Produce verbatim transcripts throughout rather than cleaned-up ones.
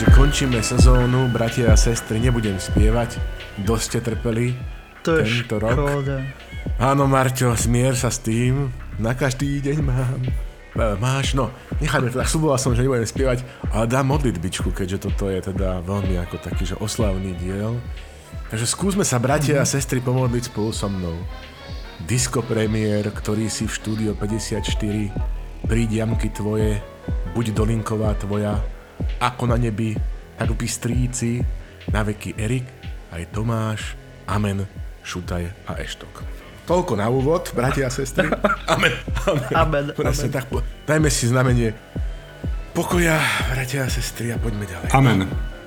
keďže končíme sezónu, bratia a sestry, nebudem spievať. Dosť ste trpeli to tento rok. Škoda. Áno, Marťo, zmier sa s tým. Na každý deň mám. Máš, no, nechajme to, tak slúboval som, že nebudem spievať, ale dám modlitbičku, keďže toto je teda veľmi ako taký, že oslavný diel. Takže skúsme sa, bratia mm-hmm. a sestry, pomodliť spolu so mnou. Disco premiér, ktorý si v štúdio päťdesiatštyri, príď jamky tvoje, buď dolinková tvoja, ako na nebi, tak by stríci, na veky Erik, aj Tomáš, amen, Šutaj a Eštok. Toľko na úvod, bratia a sestry. Amen. Amen. Amen. Presne tak. Dajme si znamenie pokoja, bratia a sestry, a poďme ďalej. Amen.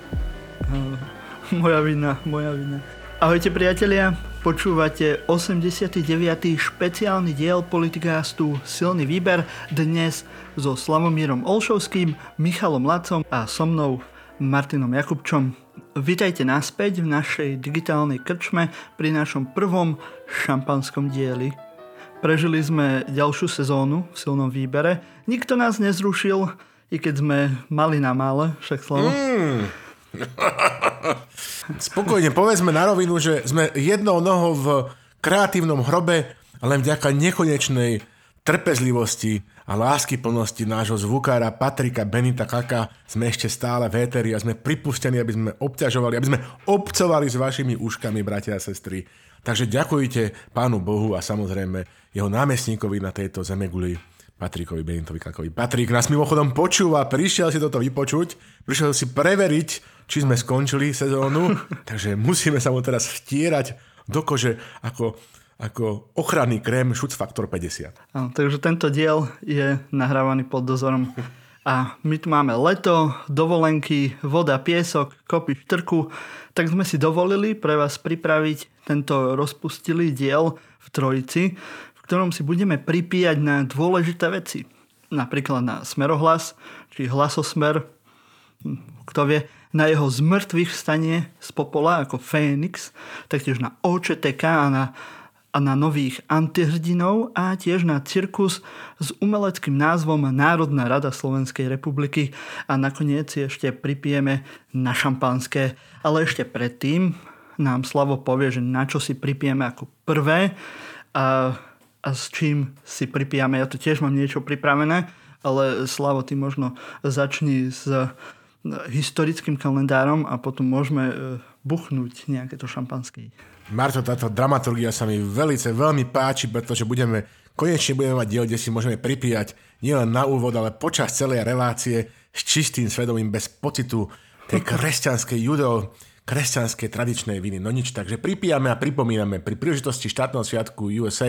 Moja vina, moja vina. Ahojte, priatelia. Počúvate osemdesiaty deviaty špeciálny diel Politicastu Silný výber, dnes so Slavomírom Olšovským, Michalom Lacom a so mnou Martinom Jakubčom. Vítajte naspäť v našej digitálnej krčme pri našom prvom šampanskom dieli. Prežili sme ďalšiu sezónu v Silnom výbere. Nikto nás nezrušil, i keď sme mali na mále, však Slavo. Mm. Spokojne, povedzme na rovinu, že sme jednou nohou v kreatívnom hrobe, len vďaka nekonečnej trpezlivosti a láskyplnosti nášho zvukára Patrika Benita Kaka sme ešte stále v éteri a sme pripustení, aby sme obťažovali, aby sme obcovali s vašimi uškami, bratia a sestry. Takže ďakujte Pánu Bohu a samozrejme jeho námestníkovi na tejto zemeguli, Patrikovi Benitovi Kakovi. Patrik nás mimochodom počúva, prišiel si toto vypočuť, prišiel si preveriť, či sme skončili sezónu, takže musíme sa mu teraz vtierať do kože ako... ako ochranný krém Schutz Faktor päťdesiat. Áno, takže tento diel je nahrávaný pod dozorom. A my tu máme leto, dovolenky, voda, piesok, kopy štrku. Tak sme si dovolili pre vás pripraviť tento rozpustilý diel v trojici, v ktorom si budeme pripíjať na dôležité veci. Napríklad na Smerohlas, či Hlasosmer, kto vie, na jeho zmrtvých vstanie z popola ako Fénix, taktiež na ó čé té ká a na a na nových antihrdinov a tiež na cirkus s umeleckým názvom Národná rada Slovenskej republiky a nakoniec si ešte pripijeme na šampanské. Ale ešte predtým nám Slavo povie, že na čo si pripijeme ako prvé a, a s čím si pripijame. Ja tu tiež mám niečo pripravené, ale Slavo, ty možno začni s historickým kalendárom a potom môžeme buchnúť nejaké to šampanské. Marto, táto dramaturgia sa mi velice, veľmi páči, pretože budeme, konečne budeme mať diel, kde si môžeme pripíjať nielen na úvod, ale počas celej relácie s čistým svedomím, bez pocitu tej kresťanskej judo, kresťanskej tradičnej viny. No nič, takže pripíjame a pripomíname pri príležitosti štátneho sviatku ú es á,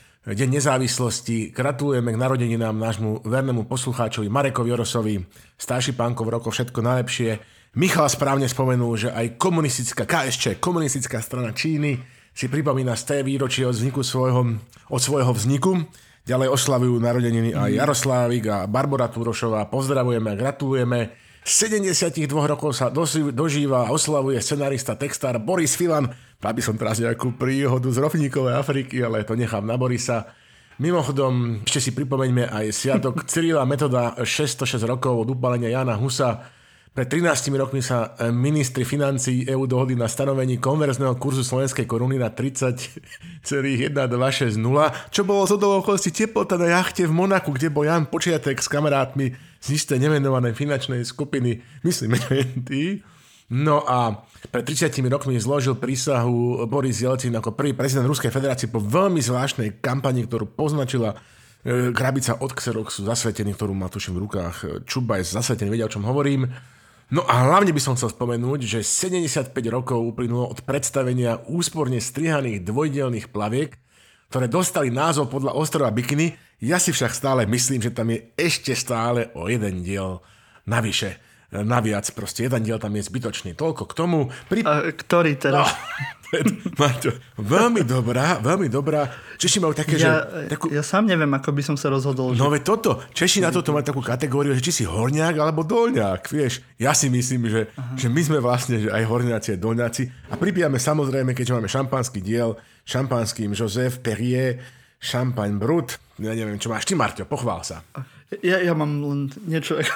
Deň nezávislosti. Gratulujeme k narodeninám nášmu vernému poslucháčovi Marekovi Orosovi. Starší pánko v roko, všetko najlepšie. Michal správne spomenul, že aj komunistická ká es čé, komunistická strana Číny, si pripomína sté výročie od vzniku svojho, od svojho vzniku. Ďalej oslavujú narodeniny aj Jaroslávik a Barbora Túrošová. Pozdravujeme a gratulujeme. sedemdesiatdva rokov sa dožíva a oslavuje scenarista, textár Boris Filan. Dal by som teraz nejakú príhodu z rovníkovej Afriky, ale to nechám na Borisa. Mimochodom, ešte si pripomeňme aj sviatok Cyrila Metoda, šesťstošesť rokov od upálenia Jána Husa. Pred trinástimi rokmi sa ministri financií é ú dohodli na stanovení konverzného kurzu slovenskej koruny na tridsať celá dvestošesťdesiat, čo bolo z okolností teplota na jachte v Monaku, kde bol Jan Počiatek s kamarátmi z isté nemenovanej finančnej skupiny, myslím, ty. No a pred tridsiatimi rokmi zložil prísahu Boris Jelcin ako prvý prezident Ruskej federácie po veľmi zvláštnej kampani, ktorú poznačila e, krabica od Xeroxu zasvetený, ktorú má tuším v rukách Čubaj zasvetený, vedia, o čom hovorím. No a hlavne by som chcel spomenúť, že sedemdesiatpäť rokov uplynulo od predstavenia úsporne strihaných dvojdielnych plaviek, ktoré dostali názov podľa ostrova Bikini. Ja si však stále myslím, že tam je ešte stále o jeden diel navyše. Naviac, proste jeden diel tam je zbytočný. Toľko k tomu. Pri... A ktorý teraz? No, Maťo, veľmi dobrá, veľmi dobrá. Češi majú také, ja, že... Takú... Ja sám neviem, ako by som sa rozhodol. No že... veď toto. Češi na toto majú takú kategóriu, že či si horňák alebo doľňák, vieš. Ja si myslím, že, že my sme vlastne že aj horňáci, aj doľňáci. A pripijame samozrejme, keďže máme šampanský diel, šampanským Joseph Perrier, Champagne Brut. Ja neviem, čo máš ty, Marťo, pochvál sa. Ja, ja mám len niečo ako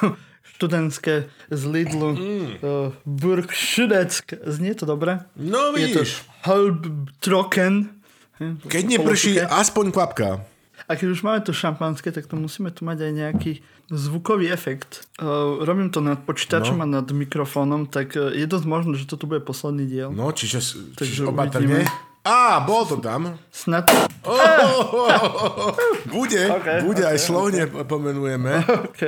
študentské z Lidlu. Mm. Uh, Burgschüdeck. Znie to dobre? No vidíš. Je to Halbtrocken. Keď neprší, aspoň kvapka. A keď už máme to šampanské, tak to musíme tu mať aj nejaký zvukový efekt. Uh, robím to nad počítačom no. a nad mikrofónom, tak uh, je dosť možné, že toto bude posledný diel. No, čiže, čiže opatrne. Á, bol to tam. Snad. Oh, oh, oh, oh. Bude, okay, bude okay, aj slovne okay. pomenujeme. OK.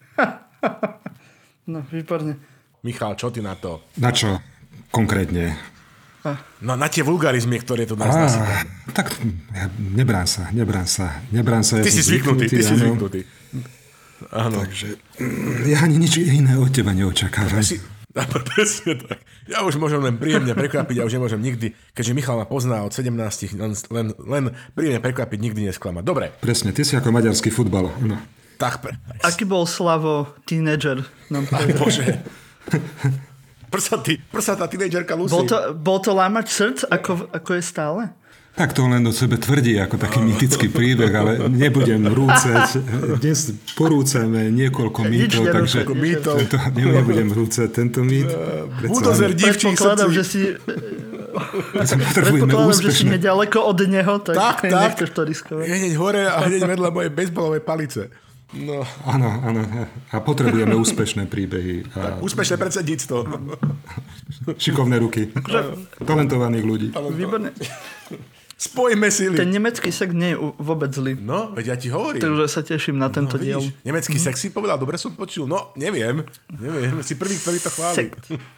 No, výborne. Michal, čo ty na to? Na čo konkrétne? No, na tie vulgarizmy, ktoré tu nás Á, nasypali. Tak ja, nebrán sa, nebrán sa, nebrán sa. Ty ja si zvyknutý, ty si zvyknutý. Áno. Takže ja ani nič iné od teba neočakávam. Si... Presne tak. Ja už môžem len príjemne prekvapiť, ja už nemôžem nikdy, keďže Michal ma pozná od sedemnástich, len, len, len príjemne prekvapiť, nikdy nesklamať. Dobre. Presne, ty si ako maďarský futbal. No. Tak pre... Aký bol Slavo tínedžer? Aj Bože. Prsatý, prsatá tínedžerka Lucy. Bol to, bol to lámať srdc, ako, ako je stále? Tak to len o sebe tvrdí ako taký mýtický príbeh, ale nebudem rúcať. Dnes porúcame niekoľko mýtov, takže tento, nebudem rúcať tento mýt. Budozer divčí Predpokladám, že si... Predpokladám, že si nedaleko od neho, tak, tak, tak. Nechceš to riskovať. Hneď hore a hneď vedľa mojej bejsbolovej palice. No. Áno, áno. A potrebujeme úspešné príbehy. A... Úspešné predsedníctvo. Šikovné ruky. Talentovaných ľudí. Výborné. Spojme sily. Ten nemecký sex nie je vôbec zlý. No, veď ja ti hovorím. Takže sa teším na tento no, diel. Nemecký sex si povedal, dobre som počul. No, neviem. Neviem, si prvý, ktorý to chváli.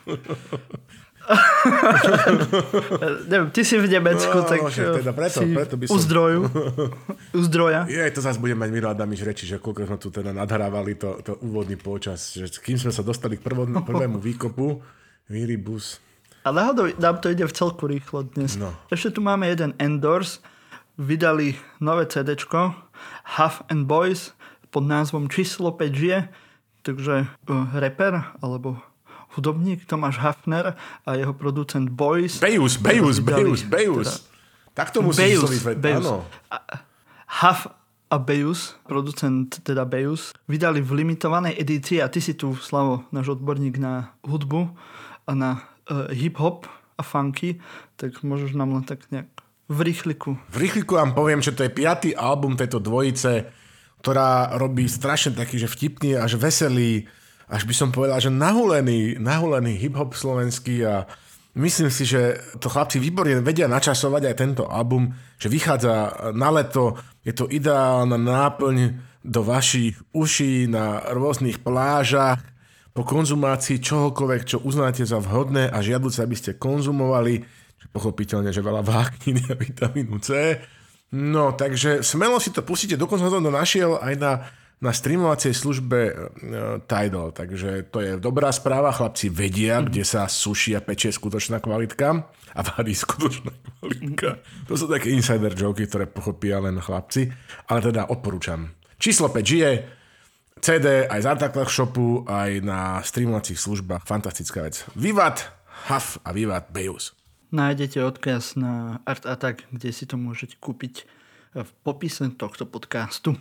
Neviem, ty si v Nemecku, no, tak no, teda preto, si preto by som... u zdroju. U zdroja. Je, to zase budem mať Miro Adamiš reči, že koľko sme tu teda nadhrávali to, to úvodný počas. Že kým sme sa dostali k prvom, prvému výkopu, výribus... A náhodou nám to ide v celku rýchlo dnes. No. Ešte tu máme jeden Endors. Vydali nové CDčko Huff and Boys pod názvom Číslo päť žije. Takže uh, rapper alebo hudobník Tomáš Hafner a jeho producent Boys. Bejus, Bejus, Bejus, Bejus. Teda, tak to musíš slovať. Áno. Huff a Bejus, producent teda Bejus, vydali v limitovanej edícii a ty si tu, Slavo, náš odborník na hudbu a na hip-hop a funky, tak môžeš nám len tak nejak v rýchliku. V rýchliku vám poviem, že to je piatý album tejto dvojice, ktorá robí strašne taký, že vtipný, až veselý, až by som povedal, že nahulený, nahulený hip-hop slovenský a myslím si, že to chlapci výborne vedia načasovať aj tento album, že vychádza na leto, je to ideálna náplň do vašich uší na rôznych plážach, po konzumácii čohokoľvek, čo uznáte za vhodné a žiaduce, aby ste konzumovali, pochopiteľne, že veľa vlákniny a vitamínu C. No, takže smelo si to pustíte, dokonca som to našiel aj na, na streamovacej službe uh, Tidal, takže to je dobrá správa, chlapci vedia, mm. kde sa suší a pečie skutočná kvalitka a varí skutočná kvalitka. To sú také insider joky, ktoré pochopia len chlapci, ale teda odporúčam. Číslo päť žije, cé dé aj z Artaklach shopu, aj na streamovacích službách. Fantastická vec. Vivat Huff a Vivat Bejus. Nájdete odkaz na Art Attack, kde si to môžete kúpiť v popise tohto podcastu.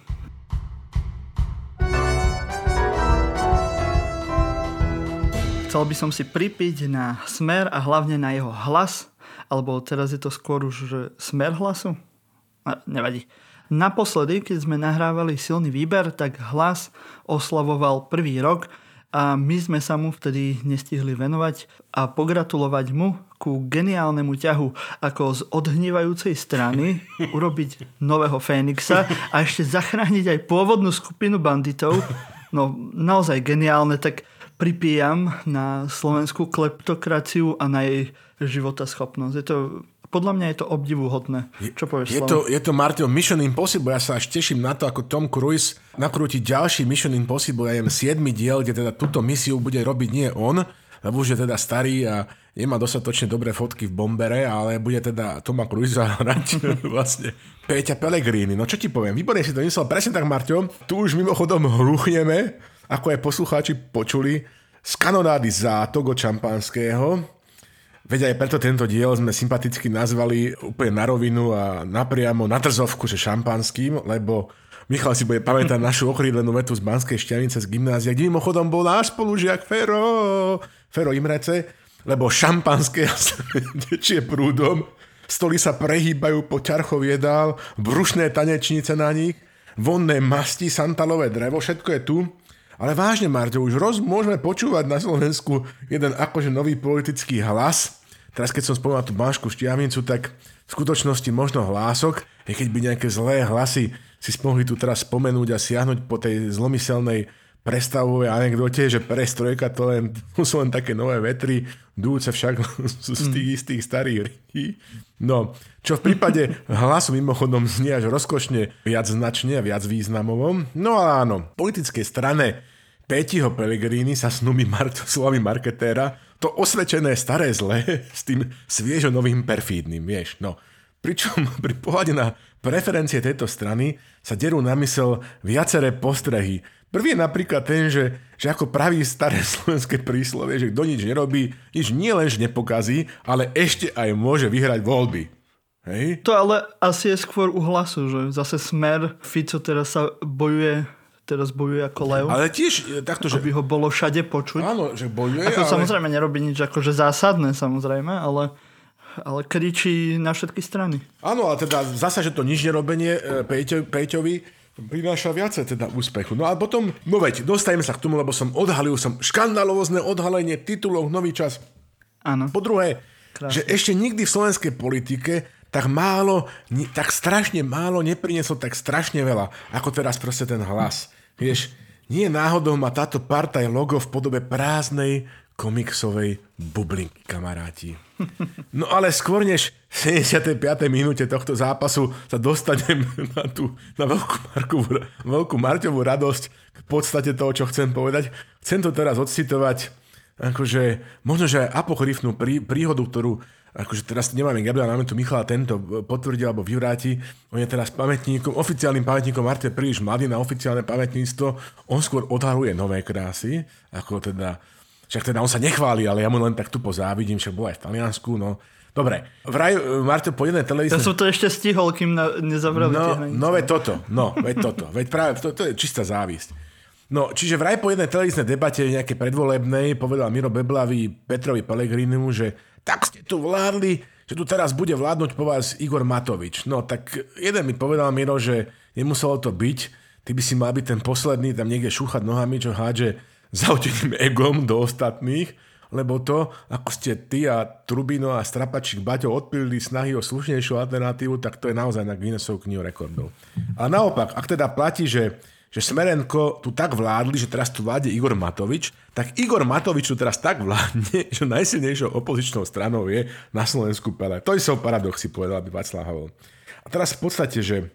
Chcel by som si pripiť na Smer a hlavne na jeho hlas, alebo teraz je to skôr už že Smer hlasu? A, nevadí. Naposledy, keď sme nahrávali Silný výber, tak Hlas oslavoval prvý rok a my sme sa mu vtedy nestihli venovať a pogratulovať mu ku geniálnemu ťahu, ako z odhnívajúcej strany urobiť nového Fénixa a ešte zachrániť aj pôvodnú skupinu banditov. No naozaj geniálne, tak pripíjam na slovenskú kleptokraciu a na jej životaschopnosť. Je to... Podľa mňa je to obdivuhodné. Čo povieš, je to, je to, Martin, Mission Impossible. Ja sa až teším na to, ako Tom Cruise nakrúti ďalší Mission Impossible. Ja jem siedmy diel, kde teda túto misiu bude robiť nie on, lebo už je teda starý a nemá dostatočne dobré fotky v bombere, ale bude teda Toma Cruise hrať vlastne Peťa Pellegrini. No čo ti poviem, výborne si to myslel. Presne tak, Marťo. Tu už mimochodom hruchneme, ako aj poslucháči počuli, z kanonády zátok od šampanského. Veď aj preto tento diel sme sympaticky nazvali úplne na rovinu a napriamo na trzovku, že šampanským, lebo Michal si bude pamätať našu okrídlenú vetu z Banskej Štiavnice z gymnázia, kde mimochodom bol náš spolužiak Fero, Fero Imrece, lebo šampanské tečie prúdom, stoly sa prehýbajú po ťarchov jedál, brušné tanečnice na nich, vonné masti, santalové drevo, všetko je tu. Ale vážne, Marťo, už roz môžeme počúvať na Slovensku jeden akože nový politický hlas. Teraz, keď som spomínal tú Banskú Štiavnicu, tak v skutočnosti možno hlások, aj keď by nejaké zlé hlasy si mohli tu teraz spomenúť a siahnuť po tej zlomyselnej prestavovej anekdote, že perestrojka to len, sú len také nové vetry, dúce však sú z tých istých starých rýchí. No, čo v prípade hlasu mimochodom znie až rozkošne viac značne a viac významovo. No ale áno, politickej strane Pétiho Pellegrini sa snúbi mar- slovami marketéra to osvedčené staré zlé s tým sviežo novým perfídnym, vieš, no. Pričom pri pohľade na preferencie tejto strany sa derú na mysel viaceré postrehy. Prvý je napríklad ten, že, že ako praví staré slovenské príslovie, že kto nič nerobí, nič nie len že nepokazí, ale ešte aj môže vyhrať voľby. Hej? To ale asi je skôr u Hlasu, že zase Smer, Fico teraz sa bojuje, teraz bojuje ako lev. Ale tiež takto, že... Aby ho bolo všade počuť. Áno, že bojuje, ako ale... Samozrejme nerobí nič akože zásadné, samozrejme, ale... ale kričí na všetky strany. Áno, ale teda zasa, že to nič nerobenie Peťo, Peťovi prináša viacej teda úspechu. No a potom, no veď, dostaneme sa k tomu, lebo som odhalil som škandalózne odhalenie titulov Nový čas. Áno. Po druhé, krásne, že ešte nikdy v slovenskej politike tak málo, tak strašne málo nepriniesol tak strašne veľa, ako teraz proste ten Hlas. Vieš, nie náhodou má táto partaj logo v podobe prázdnej komiksovej bublinky, kamaráti. No ale skôr než v sedemdesiatej piatej minúte tohto zápasu sa dostanem na tú na veľkú, Markovú, veľkú Marťovú radosť k podstate toho, čo chcem povedať. Chcem to teraz odcitovať akože možno, že aj apokryfnú prí, príhodu, ktorú akože teraz nemáme Gabriela, máme tu Michala, tento potvrdil alebo vyvráti. On je teraz pamätníkom, oficiálnym pamätníkom, Marte je príliš mladý na oficiálne pamätníctvo. On skôr odhaluje nové krásy, ako teda však teda on sa nechváli, ale ja mu len tak tu pozávidím, však bol aj v Taliansku, no. Dobre, vraj, Marto, po jednej televíznej... Ja som to ešte stihol, kým na, nezavrali no, tie hranice. No veď toto, no, veď toto. Veď práve, to, to je čistá závisť. No, čiže vraj po jednej televíznej debate nejakej predvolebnej povedal Miro Beblavý Petrovi Pellegrinimu, že tak ste tu vládli, že tu teraz bude vládnuť po vás Igor Matovič. No, tak jeden mi povedal Miro, že nemuselo to byť, ty by si mal byť ten posledný, tam niekde šúchať nohami, čo hádže zauteným egom do ostatných, lebo to, ako ste ty a Trubino a Strapačík Baťo odpilili snahy o slušnejšiu alternatívu, tak to je naozaj na Guinnessovú knihu rekordov. A naopak, ak teda platí, že, že Smerenko tu tak vládli, že teraz tu vládne Igor Matovič, tak Igor Matovič tu teraz tak vládne, že najsilnejšou opozičnou stranou je na Slovensku Pele. To sú paradoxy, povedal by Václav Havel. A teraz v podstate, že,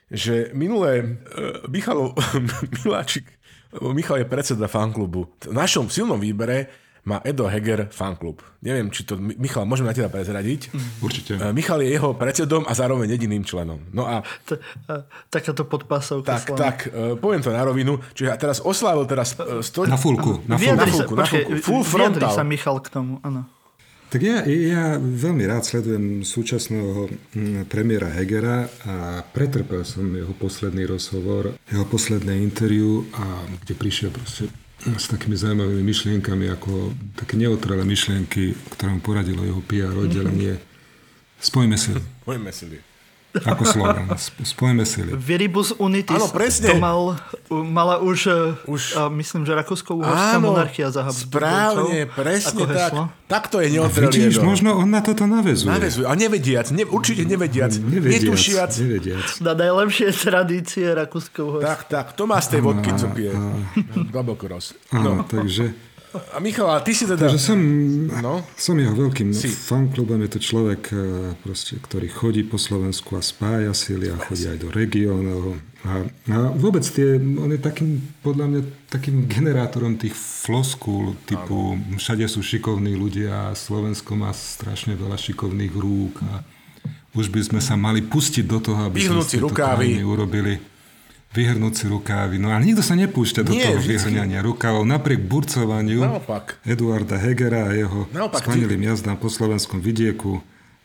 že minulé uh, Michalov, Miláčik Michal je predseda fanklubu. V našom silnom výbere má Edo Heger fanklub. Neviem, či to... Michal, môžeme na teba prezradiť? Určite. Michal je jeho predsedom a zároveň jediným členom. No a... T- takáto podpásovka. Tak, tak, poviem to na rovinu. Čiže teraz oslávil teraz... Sto... Na fulku. Na fulku, na fulku. Full frontal. Vyjadri sa Michal k tomu, áno. Tak ja, ja veľmi rád sledujem súčasného premiéra Hegera a pretrpel som jeho posledný rozhovor, jeho posledné interview, a kde prišiel proste s takými zaujímavými myšlienkami, ako také neutrálne myšlienky, ktoré mu poradilo jeho pé er oddelenie. Spojme sily. Spojme sily. Ako slogan. Spojme sily. Viribus unitis. Áno, presne. To mal, mala už, už uh, myslím, že Rakúsko-Uhorská monarchia za Habsburgovcov. Správne, presne tak. Tak to je neutrálne. Vidíš, možno on na toto navezuje. Navezuje, a nevediac, ne, určite nevediac, nevediac netušiac. Nevediac. Na najlepšie tradície Rakúsko-Uhorska. Tak, tak, to má z tej vodky, co pije. Babokoros. Áno, takže... A Michal, a ty si teda... Takže som, no? som jeho veľkým si. fanklubom. Je to človek, proste, ktorý chodí po Slovensku a spája sily a chodí aj do regiónov. A, a vôbec tie, on je takým, podľa mňa, takým generátorom tých floskúl, typu ano. Všade sú šikovní ľudia a Slovensko má strašne veľa šikovných rúk a už by sme sa mali pustiť do toho, aby sme si to krajiny urobili. Vyhrnúť si rukávy. No ale nikto sa nepúšťa do Nie, toho vyhrňania rukávov. Napriek burcovaniu Naopak. Eduarda Hegera a jeho spanilým jazdám po slovenskom vidieku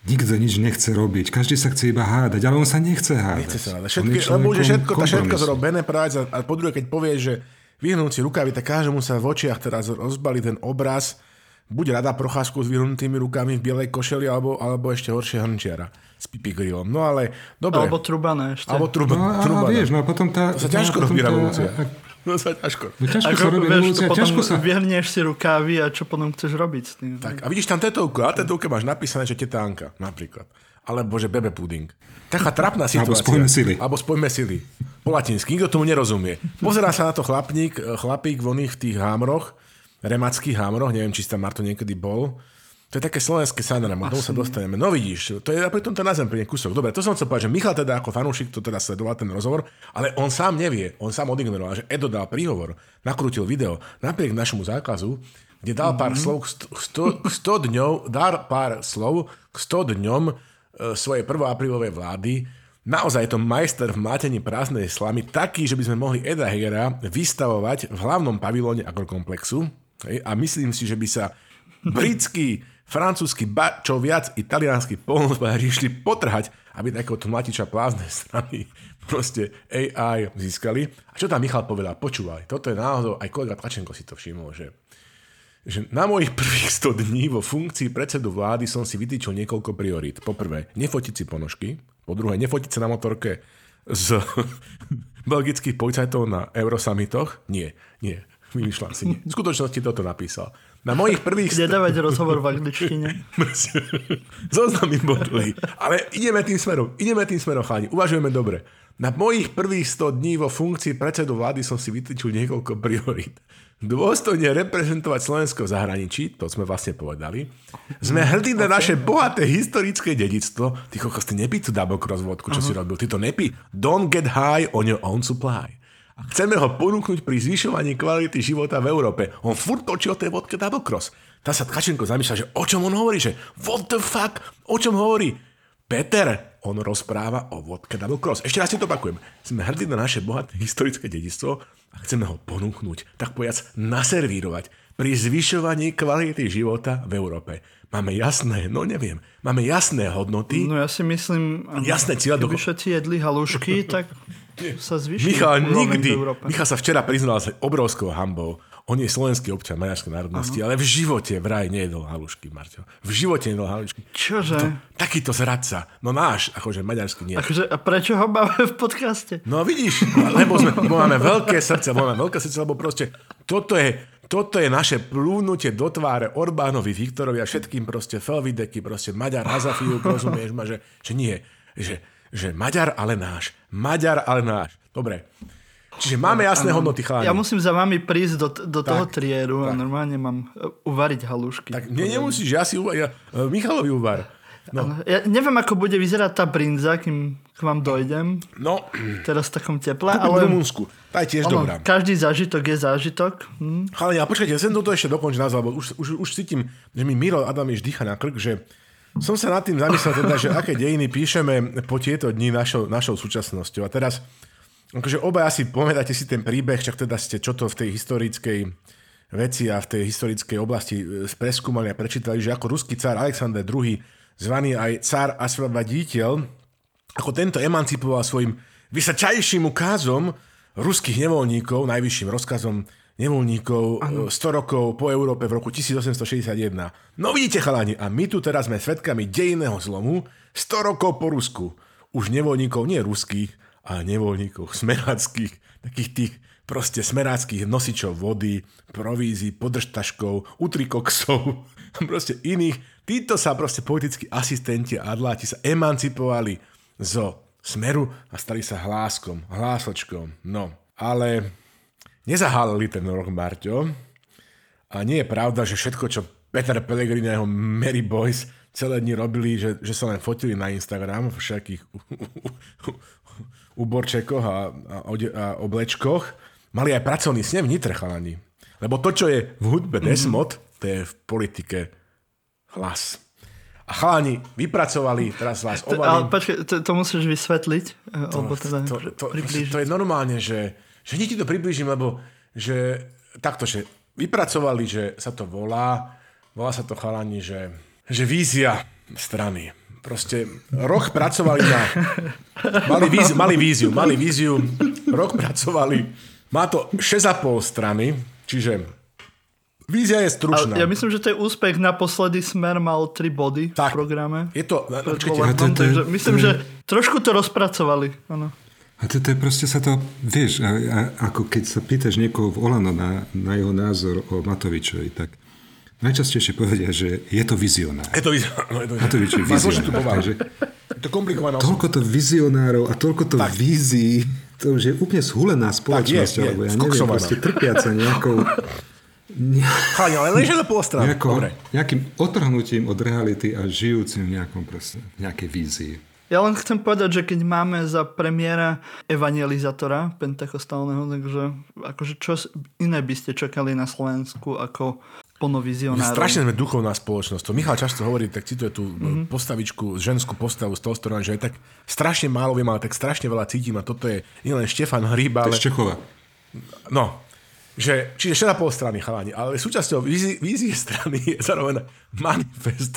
nikto nič nechce robiť. Každý sa chce iba hádať, ale on sa nechce hádať. Nechce sa hádať. Všetky, lebo už je všetko, tá všetko zrobené práve a po druhé, keď povieš, že vyhnúci rukavy, tak každému sa v očiach teraz rozbalí ten obraz, buď Rada Procházku s vyhnutými rukami v bielej košeli, alebo, alebo ešte horšie hrnčiara s pipigrillom. No ale, dobre. Alebo trubané ešte. Alebo truba, no, a, trubané. A vieš, no a potom tá... To sa ťažko robí revolúcia. A, no sa ťažko. No ťažko Ako, sa robí vieš, revolúcia, potom ťažko sa... vyhrnieš si rukávy a čo potom chceš robiť s tým. Tak, a vidíš tam tetovku, a tetovke máš napísané, že teta Anka, napríklad. Alebo že bebe puding. Taká trapná situácia. Alebo spojme sily. Alebo spojme sily. Po latinsky. Nikto tomu nerozumie. Pozerá sa na to chlapník, chlapík v oných v tých hámroch, remackých hámroch, neviem, či tam Marto niekedy bol. To je také slovenské Sanremo, tomu sa dostaneme. No vidíš, to je, a pritom to nazvem pri kúsok. Dobre, to som chcel povedať, že Michal teda ako fanúšik to teda sledoval ten rozhovor, ale on sám nevie, on sám odignoroval, že Edo dal príhovor, nakrútil video, napriek našemu zákazu, kde dal pár mm-hmm. slov k sto dňov, dal pár slov k sto dňom e, svojej prvoaprílovej vlády. Naozaj je to majster v mlátení prázdnej slamy, taký, že by sme mohli Eda Hegera vystavovať v hlavnom pavilóne agrokomplexu. Hej, a myslím si, že by sa britský, francúzsky, ba, čo viac, italiánsky poľnohospodári išli potrhať, aby takéhoto mlatiča pláznej strany proste á í získali. A čo tam Michal povedal? Počúvaj, toto je náhodou, aj kolega Tlačenko si to všimol, že, že na mojich prvých sto dní vo funkcii predsedu vlády som si vytýčil niekoľko priorít. Po prvé, nefotiť si ponožky. Po druhé, nefotiť sa na motorke z belgických policajtov na eurosummitoch. Nie, nie. Vymýšľam si. V skutočnosti toto napísal. Na mojich prvých... Kde dávať rozhovor v angličtine. Zoznamy bodlej. Ale ideme tým smerom. Ideme tým smerom, chalani. Uvažujeme dobre. Na mojich prvých sto dní vo funkcii predsedu vlády som si vytýčil niekoľko priorít. Dôstojne reprezentovať Slovensko v zahraničí, to sme vlastne povedali. Sme hrdí na naše bohaté historické dedictvo. Ty kokos, ty nepí tú double-cross vodku, čo uh-huh. si robil. Ty to nepí. Don't get high on your own supply. A chceme ho ponúknuť pri zvyšovaní kvality života v Európe. On furt točí o tej vodke double cross. Tá sa Tkačenko zamýšľa, že o čom on hovorí, že what the fuck, o čom hovorí? Peter, on rozpráva o vodke double cross. Ešte raz si to opakujem. Sme hrdí na naše bohaté historické dedičstvo a chceme ho ponúknuť, tak povedať, naservírovať pri zvyšovaní kvality života v Európe. Máme jasné, no neviem, máme jasné hodnoty. No ja si myslím, jasné cieľa, keby všetci jedli halušky, tak sa zvýši. Michal nikdy, Michal sa včera priznal sa obrovskou hanbou. On je slovenský občan maďarskej národnosti, ano. Ale v živote vraj nejedol halušky, Marťo. V živote nejedol halušky. Čože? To, takýto zradca. No náš, akože maďarský nie. Akože, a prečo ho máme v podcaste? No vidíš, lebo, sme, lebo máme veľké srdce, lebo máme veľké srdce, lebo proste toto je, toto je naše plúvnutie do tváre Orbánovi, Viktorovi a všetkým proste Felvideky, proste Maďar, Hazafiu, rozumieš ma, že, že nie, že že Maďar, ale náš. Maďar, ale náš. Dobre. Čiže máme jasné hodnoty, chalani. Ja musím za vami prísť do, do tak, toho trieru tak. A normálne mám uvariť halušky. Tak nie, nemusíš, ja si uvar. Ja, Michalovi uvar. No. Ja neviem, ako bude vyzerať tá brinza, kým k vám dojdem. No. Teraz v takom teple. Kúpim ale... v Rumunsku. Tá je tiež ono, dobrá. Každý zážitok je zážitok. Hm. Chalani, a počkajte, ja sem toto ešte dokončiť nazval, lebo už, už, už cítim, že mi Miro Adamiš dýcha na krk, že som sa nad tým zamyslel teda, že aké dejiny píšeme po tieto dni našou, našou súčasnosťou. A teraz, akože obaja si pamätáte si ten príbeh, čak teda ste čo to v tej historickej veci a v tej historickej oblasti preskúmali a prečítali, že ako ruský cár Alexander druhý, zvaný aj cár Osvoboditeľ, ako tento emancipoval svojim vysačajším ukázom ruských nevoľníkov, najvyšším rozkazom nevoľníkov ano. sto rokov po Európe v roku tisícosemstošesťdesiatjeden. No vidíte, chalani, a my tu teraz sme svedkami dejinného zlomu sto rokov po Rusku. Už nevoľníkov nie ruských, ale nevoľníkov smeráckých, takých tých proste smeráckých nosičov vody, provízií, podržtaškov, utrikoksov, proste iných. Títo sa proste politickí asistenti a adláti sa emancipovali zo Smeru a stali sa hláskom, hlásočkom. No, ale nezahálili ten rok, Marťo. A nie je pravda, že všetko, čo Peter Pellegrini a jeho Mary Boys celé dni robili, že, že sa len fotili na Instagram v všetkých úborčekoch a, a, a oblečkoch. Mali aj pracovný snem v Nitre, chalani. Lebo to, čo je v hudbe desmod, to je v politike hlas. A chalani vypracovali, teraz vás obalím. Ale počkej, to, to musíš vysvetliť. To, teda, to, to, to je normálne, že že nie ti to priblížim, lebo že takto, že vypracovali, že sa to volá, volá sa to, chalani, že, že vízia strany. proste rok pracovali na... Mali víziu, mali víziu, mali víziu, rok pracovali. Má to šesť a pol strany, čiže vízia je stručná. Ale ja myslím, že to je úspech. Naposledy Smer mal tri body tak, v programe. Je to... No, volebnom, to, to, myslím, to, že trošku to rozpracovali. Ano. A to je proste sa to, vieš, a, a, ako keď sa pýtaš niekoho v Olano na, na jeho názor o Matovičovi, tak najčastejšie povedia, že je to vizionár. Je to vizionár. No, je to Matovič je vizionár. Takže, je to komplikované. Toľko to vizionárov a toľko to tak. vízií, to už je úplne zhulená spoločnosť, tak je, je, alebo ja neviem, proste trpiaca nejakou... Cháňa, ale leží na polstranu. Nejakým otrhnutím od reality a žijúcim v nejakom proste, nejakej vízii. Ja len chcem povedať, že keď máme za premiéra evangelizátora pentekostálneho, takže akože čo iné by ste čakali na Slovensku ako plnovizionárov? Strašne sme duchovná spoločnosť. To Michal často hovorí, tak cituje tú mm-hmm. postavičku, ženskú postavu z toho strany, že je tak strašne málo viem, ale tak strašne veľa cítim a toto je nielen Štefan Hríba, ale... To je Čechova. No, že, čiže šesť a pol strany, chalani, ale súčasťou vízie, vízie strany je zároveň manifest.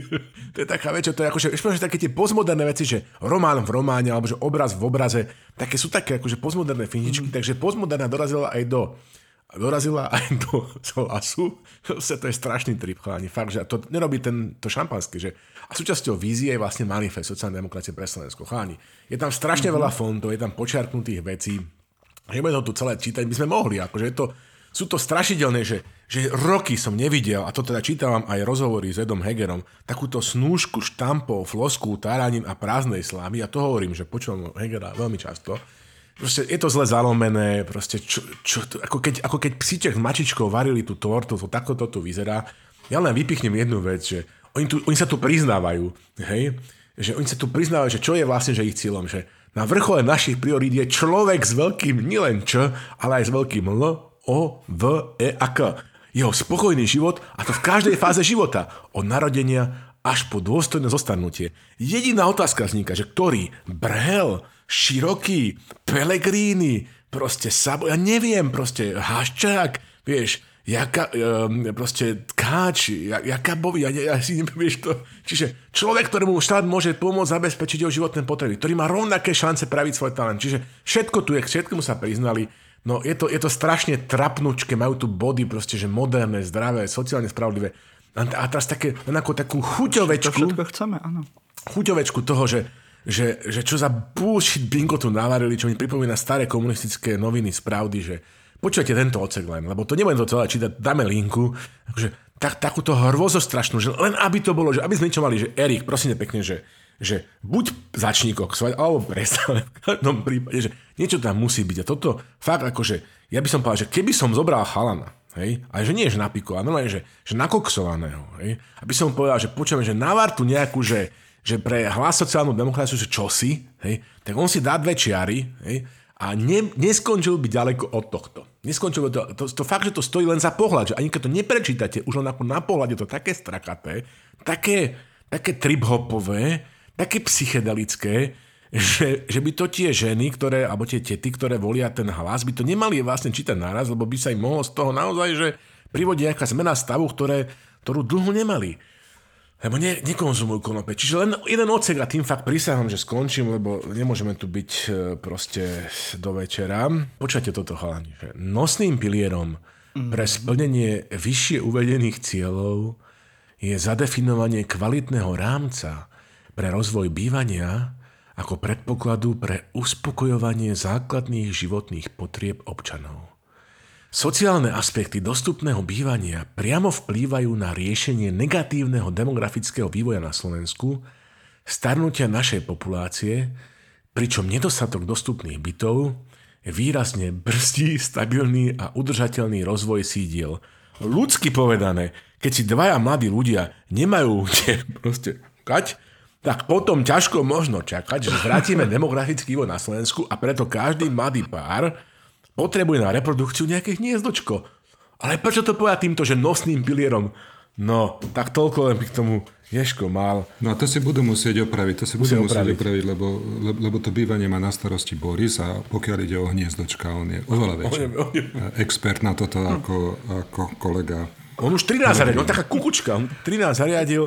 To je taká vec, že to je akože, že také tie postmoderné veci, že román v románe, alebo že obraz v obraze, také sú také akože postmoderné finičky, mm. takže postmoderná dorazila aj do dorazila aj do hlasu. To je strašný trip, chalani. Fakt, že to nerobí ten, to šampanské, že a súčasťou vízie je vlastne manifest sociálnej demokracie pre Slovensko. Chalani, je tam strašne mm-hmm. veľa fontov, je tam počiarknutých vecí. Nebudem to tu celé čítať, by sme mohli, akože to, sú to strašidelné, že, že roky som nevidel, a to teda čítam aj rozhovory s Edom Hegerom, takúto snúšku štampov, floskú, táraním a prázdnej slávy, a to hovorím, že počúvam Hegera veľmi často. Proste je to zle zalomené, proste čo, čo, ako, keď, ako keď psíček s mačičkou varili tú tortu, to takto to tu vyzerá. Ja len vypichnem jednu vec, že oni, tu, oni sa tu priznávajú, hej, že oni sa tu priznávajú, že čo je vlastne že ich cieľom, že na vrchole našich priorít je človek s veľkým nielen Č, ale aj s veľkým L, O, V, E a K. Jeho spokojný život, a to v každej fáze života, od narodenia až po dôstojné zostarnutie. Jediná otázka vzniká, že ktorý? Brhel, Široký, Pellegrini, proste Sabo, ja neviem, proste Haščák, vieš, Jaka, um, proste Tkáč, Jakabovi, ja, ja si neviem, vieš to. Čiže človek, ktorému štát môže pomôcť zabezpečiť jeho životné potreby, ktorý má rovnaké šance praviť svoj talent. Čiže všetko tu je, všetkomu sa priznali. No je to, je to strašne trapnúčke, majú tu body proste, že moderné, zdravé, sociálne spravodlivé. A, a teraz také, ako takú chuťovečku. To všetko chceme, áno. Chuťovečku toho, že, že, že čo za bullshit bingo tu navarili, čo mi pripomína staré komunistické noviny z Pravdy, že počujete tento odsek len, lebo to nebudem to celé čítať, dáme linku, akože tak, takúto hrôzostrašnú, že len aby to bolo, že aby sme niečo mali, že Erik, prosím pekne, že, že buď začni koksovať, alebo prestane v každom prípade, že niečo tam musí byť. A toto fakt akože, ja by som povedal, že keby som zobral chalana, hej, ale že nie, že napikovaného, ale že, že nakoksovaného, hej, aby som povedal, že počujeme, že navar tu nejakú, že, že pre hlas sociálnu demokraciu, že čosi, hej, tak on si dá dve čiary, hej, a ne, neskončil by ďaleko od tohto. Neskončil by to, to, to fakt, že to stojí len za pohľad, že ani keď to neprečítate, už len ako na pohľad je to také strakaté, také, také trip-hopové, také psychedelické, že, že by to tie ženy, ktoré, alebo tie tety, ktoré volia ten hlas, by to nemali vlastne čítať naraz, lebo by sa im mohlo z toho naozaj, že privodí nejaká zmena stavu, ktoré, ktorú dlho nemali. Lebo ne, nekonzumujú konope. Čiže len jeden odsek a tým fakt prisahám, že skončím, lebo nemôžeme tu byť proste do večera. Počujte toto, chalani. Že nosným pilierom pre splnenie vyššie uvedených cieľov je zadefinovanie kvalitného rámca pre rozvoj bývania ako predpokladu pre uspokojovanie základných životných potrieb občanov. Sociálne aspekty dostupného bývania priamo vplývajú na riešenie negatívneho demografického vývoja na Slovensku, starnutia našej populácie, pričom nedostatok dostupných bytov výrazne brzdí stabilný a udržateľný rozvoj sídiel. Ľudsky povedané, keď si dvaja mladí ľudia nemajú kde proste kať, tak potom ťažko možno čakať, že vrátime demografický vývoj na Slovensku a preto každý mladý pár potrebuje na reprodukciu nejaké hniezdočko. Ale prečo to povedať týmto, že nosným pilierom? No, tak toľko len by k tomu Ješko mal. No a to si budú musieť opraviť. To si budú musieť opraviť, lebo, lebo to bývanie má na starosti Boris a pokiaľ ide o hniezdočka, on je oveľa väčší expert na toto ako, ako kolega. On už trinásť zariadil, on taká kukučka, on trinásť zariadil.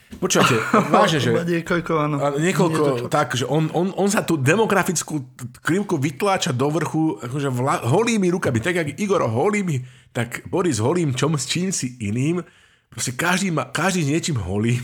Počúvate, vážne, že... Niekoľko, áno. Niekoľko, tak, že on, on, on sa tú demografickú krivku vytláča do vrchu akože vla, holými rukami, tak jak Igor holými, tak Boris holým čom s čím si iným. Proste každý, má, každý s niečím holým.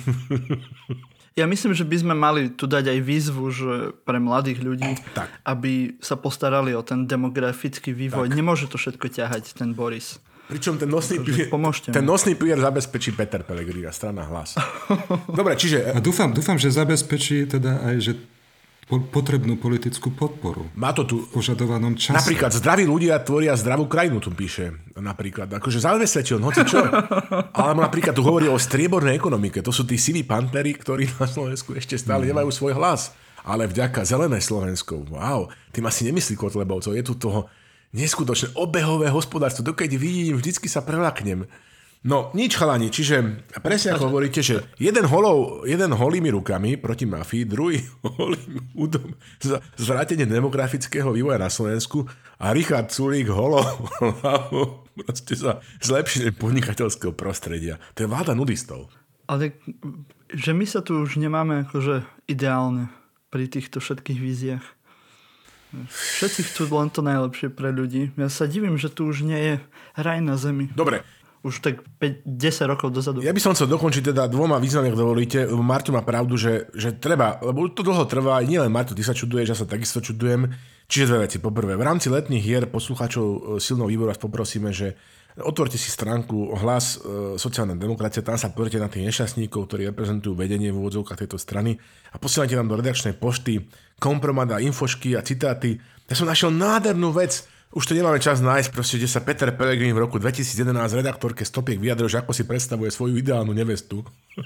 Ja myslím, že by sme mali tu dať aj výzvu, že pre mladých ľudí, tak. aby sa postarali o ten demografický vývoj. Tak. Nemôže to všetko ťahať ten Boris. Pričom ten nosný, pilier, ten nosný pilier zabezpečí Peter Pellegrini, strana Hlas. Dobre, čiže... A dúfam, dúfam, že zabezpečí teda aj že potrebnú politickú podporu. Má to tu... V požadovanom čase. Napríklad zdraví ľudia tvoria zdravú krajinu, tu píše. Napríklad. Akože zabezpečil, hoci čo. Ale napríklad tu hovorí o striebornej ekonomike. To sú tí siví pantery, ktorí na Slovensku ešte stále mm. nemajú svoj hlas. Ale vďaka zelené Slovensko. Wow. Tým asi nemyslí Kotlebovcov. Je tu toho neskutočné obehové hospodárstvo. Dokedy vidím, vždycky sa prelaknem. No, nič chalani, čiže presne ako hovoríte, že jeden, holov, jeden holými rukami proti mafii, druhý holým údom za zvrátenie demografického vývoja na Slovensku a Richard Sulík holou proste za zlepšenie podnikateľského prostredia. To je vláda nudistov. Ale že my sa tu už nemáme akože ideálne pri týchto všetkých víziách. Všetci chcú len to najlepšie pre ľudí. Ja sa divím, že tu už nie je raj na zemi. Dobre. Už tak päť desať rokov dozadu. Ja by som chcel dokončiť teda dvoma významne, ak dovolíte. Marťo má pravdu, že, že treba, lebo to dlho trvá, nie len Marťo, ty sa čuduješ, ja sa takisto čudujem. Čiže dve veci. Poprvé, v rámci letných hier poslucháčov silného výboru vás poprosíme, že otvorte si stránku Hlas e, sociálna demokracia, tam sa pozrite na tých nešťastníkov, ktorí reprezentujú vedenie v úvodzovkách tejto strany a posielate nám do redakčnej pošty kompromat a infošky a citáty. Ja som našiel nádhernú vec. Už to nemáme čas nájsť, proste, kde sa Peter Pellegrini v roku dvetisíc jedenásť redaktorke Stopiek vyjadril, že ako si predstavuje svoju ideálnu nevestu.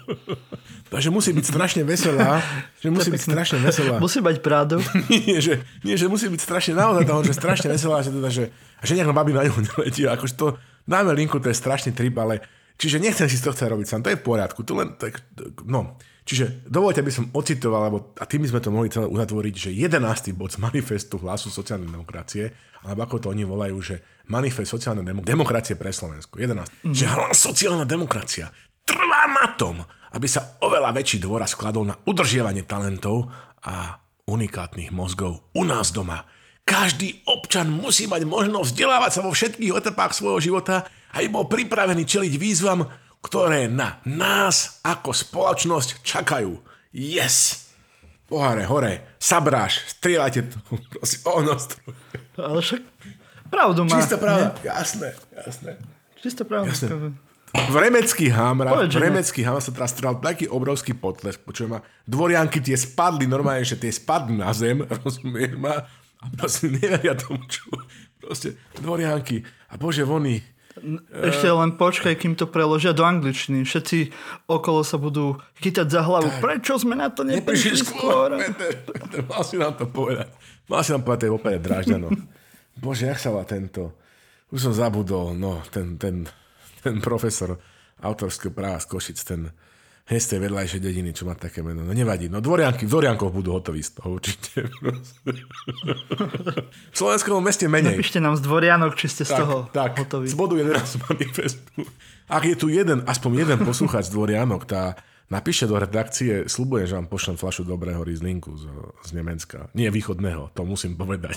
Takže musí byť strašne veselá. Že musí byť strašne veselá. Musí mať prádu. nie, že, nie, že musí byť strašne naozaj toho, že strašne veselá, že teda, že, že nejaká babi na ňu neletí. Akože to, dáme linku, to je strašný trip, ale čiže nechcem si to chcieť robiť sám, to je v poriadku. To len, tak, no. Čiže dovoľte, aby som ocitoval, lebo, a tým by sme to mohli celé uzatvoriť, že jedenásty bod z manifestu Hlasu sociálnej demokracie, alebo ako to oni volajú, že manifest sociálnej demok- demokracie pre Slovensko. jedenásty Mm. Že Hlas sociálna demokracia trvá na tom, aby sa oveľa väčší dôraz skladol na udržiavanie talentov a unikátnych mozgov u nás doma. Každý občan musí mať možnosť vzdelávať sa vo všetkých etapách svojho života a aby bol pripravený čeliť výzvam, ktoré na nás ako spoločnosť čakajú. Yes! Poháre, hore, sabráš, strieľajte to. Prosím, o nostroj. Ale však pravdu má. Čistá pravda, jasné, jasné. Čistá pravda. Jasné. V remeckých hámrach, v remeckých hámrach sa teraz strel taký obrovský potlesk, počujem ma, dvorianky tie spadli, normálne, že tie spadli na zem, rozumieš ma, a proste neveria tomu, čo. Proste dvorianky. A bože, vony. Ešte len počkaj, kým to preložia do angličtiny. Všetci okolo sa budú chytať za hlavu. Tak. Prečo sme na to neprišli skôr? Peter, Peter, mal si nám to povedať. Mal si nám povedať, opäť Drážďano. Bože, jak sa má tento... Už som zabudol, no, ten, ten, ten profesor autorského práva z Košic, ten hej z tej vedľajšej dediny, čo má také meno. No nevadí. No dvorianky, v Dvoriankoch budú hotoví z toho určite. V slovenskom meste menej. Napíšte nám z Dvorianok, či ste z tak, toho tak, hotoví. Z bodu jedenásť manifestu. Ak je tu jeden, aspoň jeden poslucháč z Dvorianok, tá napíšte do redakcie, sľubujem, že vám pošlem fľašu dobrého Rieslinku z, z Nemecka. Nie východného, to musím povedať.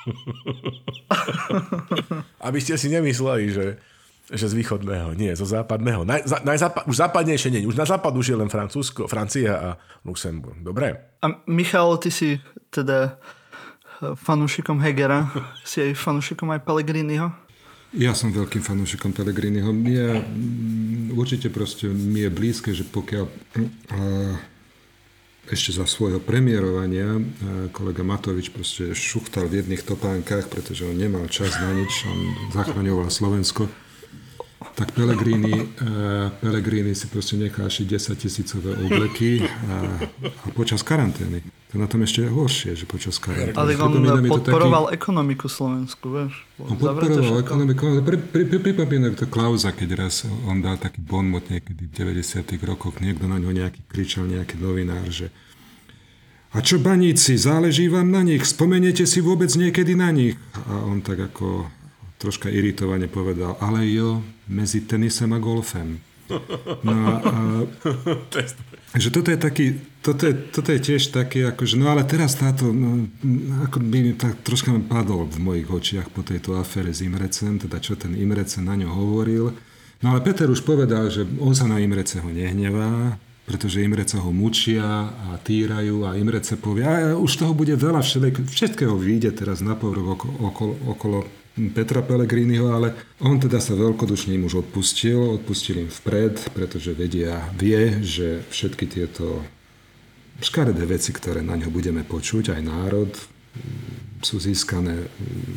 Aby ste si nemysleli, že že z východného, nie, zo západného. Naj, za, najzápad, už západnejšie nie. Už na západ už je len Francúzsko, Francia a Luxemburg. Dobre. A Michal, ty si teda fanúšikom Hegera, si aj fanúšikom aj Pellegriniho? Ja som veľkým fanúšikom Pellegriniho. Ja, určite proste mi je blízke, že pokiaľ a, ešte za svojho premiérovania a, kolega Matovič proste šuchtal v jedných topánkach, pretože on nemal čas na nič, on zachraňoval Slovensko. Tak Pellegrini, uh, Pellegrini si proste nechá šiť desaťtisícové obleky a, a počas karantény. To na tom ešte je horšie, že počas karantény. Ale on podporoval taký... ekonomiku Slovensku, vieš? On podporoval ekonomiku, ale pri, pri, pri, pripomínam to Klausa, keď raz on dal taký bonmot niekedy v deväťdesiatych rokoch, niekto na ňo nejaký kričal, nejaký novinár, že a čo baníci, záleží vám na nich, spomeniete si vôbec niekedy na nich? A on tak ako troška iritovane povedal, ale jo, medzi tenisem a golfem. No a, Že toto je taký, toto je, toto je tiež také, akože, no ale teraz táto, no, ako by mi tak troška padol v mojich očiach po tejto afére s Imrecem, teda čo ten Imrece na ňo hovoril. No ale Peter už povedal, že on sa na Imreceho nehnevá, pretože Imrece ho mučia a týrajú a Imrece povie, a už toho bude veľa, všetkého vyjde teraz na povrch okolo, okolo, okolo Petra Pellegriniho, ale on teda sa veľkodušne im už odpustil, odpustil im vpred, pretože vedia, vie, že všetky tieto škaredé veci, ktoré na ňo budeme počuť, aj národ, sú získané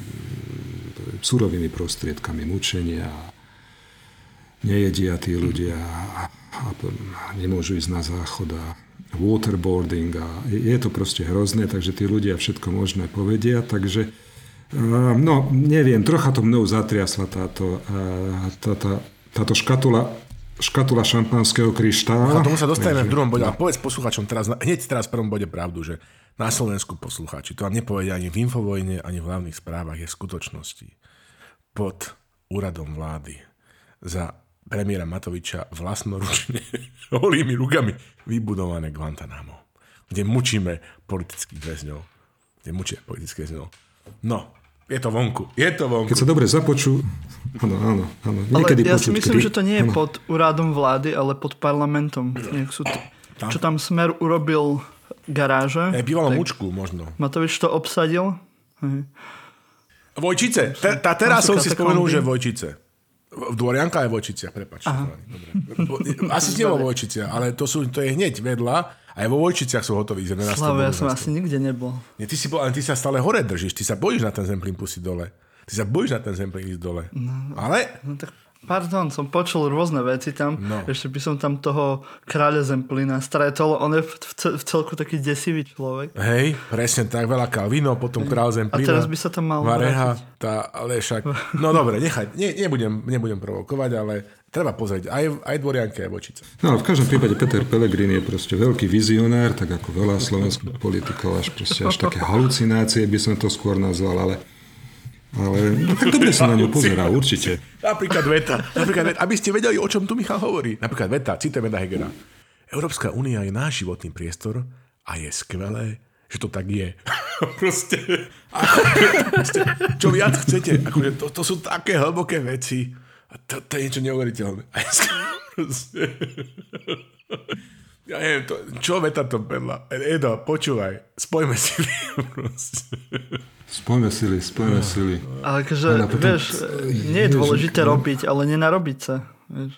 surovými prostriedkami mučenia, nejedia tí ľudia a, a nemôžu ísť na záchod a waterboarding a je to proste hrozné, takže tí ľudia všetko možné povedia, takže no, neviem, trocha to mnou zatriasla táto, tá, tá, táto škatula, škatula šampanského kryštála. A tomu sa dostaneme v druhom bode. A povedz poslucháčom teraz, hneď teraz v prvom bode pravdu, že na Slovensku poslucháči, to vám nepovedia ani v Infovojne, ani v hlavných správach, je v skutočnosti pod úradom vlády za premiéra Matoviča vlastnoručne holými rukami vybudované Guantanamo, kde mučíme politických väzňov. Kde mučíme politických väzňov. No, je to vonku. Je to vonku. Keď sa dobre započú... Áno, áno, áno. Ale ja si myslím, kedy... že to nie je ano. Pod úradom vlády, ale pod parlamentom. Sú t... Čo tam Smer urobil garáže. Je bývalo mučku možno. Matovič to obsadil. Hej. Vojčice. Te, tá teraz som si spomenul, že Vojčice. V Dvorianka je Vojčiciach, prepáč. Asi nie vo Vojčiciach, ale to, sú, to je hneď vedľa. Aj vo Vojčiciach sú hotoví. Slavo, ja som asi nikde nebol. Nie, ty, si bol, ale ty sa stále hore držíš. Ty sa bojíš na ten zemplín pustiť dole. Ty sa bojíš na ten zemplín ísť dole. No, ale... No, tak, pardon, som počul rôzne veci tam. No. Ešte by som tam toho kráľa zemplína stretol. On je v, v celku taký desivý človek. Hej, presne tak. Veľa kalvíno, potom kráľ zemplína. A teraz by sa tam mal Vareha, tá, ale však... No dobre, nechaj. Ne, nebudem, nebudem provokovať, ale... Treba pozrieť aj, aj Dvorianke, aj Vojčice. No, v každom prípade Peter Pellegrini je proste veľký vizionár, tak ako veľa slovenských politikov, až proste až také halucinácie by som to skôr nazval, ale, ale no, tak dobre sa na ňu pozerá, určite. Napríklad veta, napríklad veta, aby ste vedeli, o čom tu Michal hovorí. Napríklad veta, citujem Eda Hegera. Európska únia je náš životný priestor a je skvelé, že to tak je. proste, ako, proste, čo viac chcete, akože to, to sú také hlboké veci. A to, to je niečo neuveriteľné. A ja proste... Ja neviem, to, čo veta to pedla? Edo, počúvaj, spojme sily. Spojme sily, spojme sily. Ale akože, potom... vieš, nie je dôležité robiť, ale nenarobiť sa. Vieš.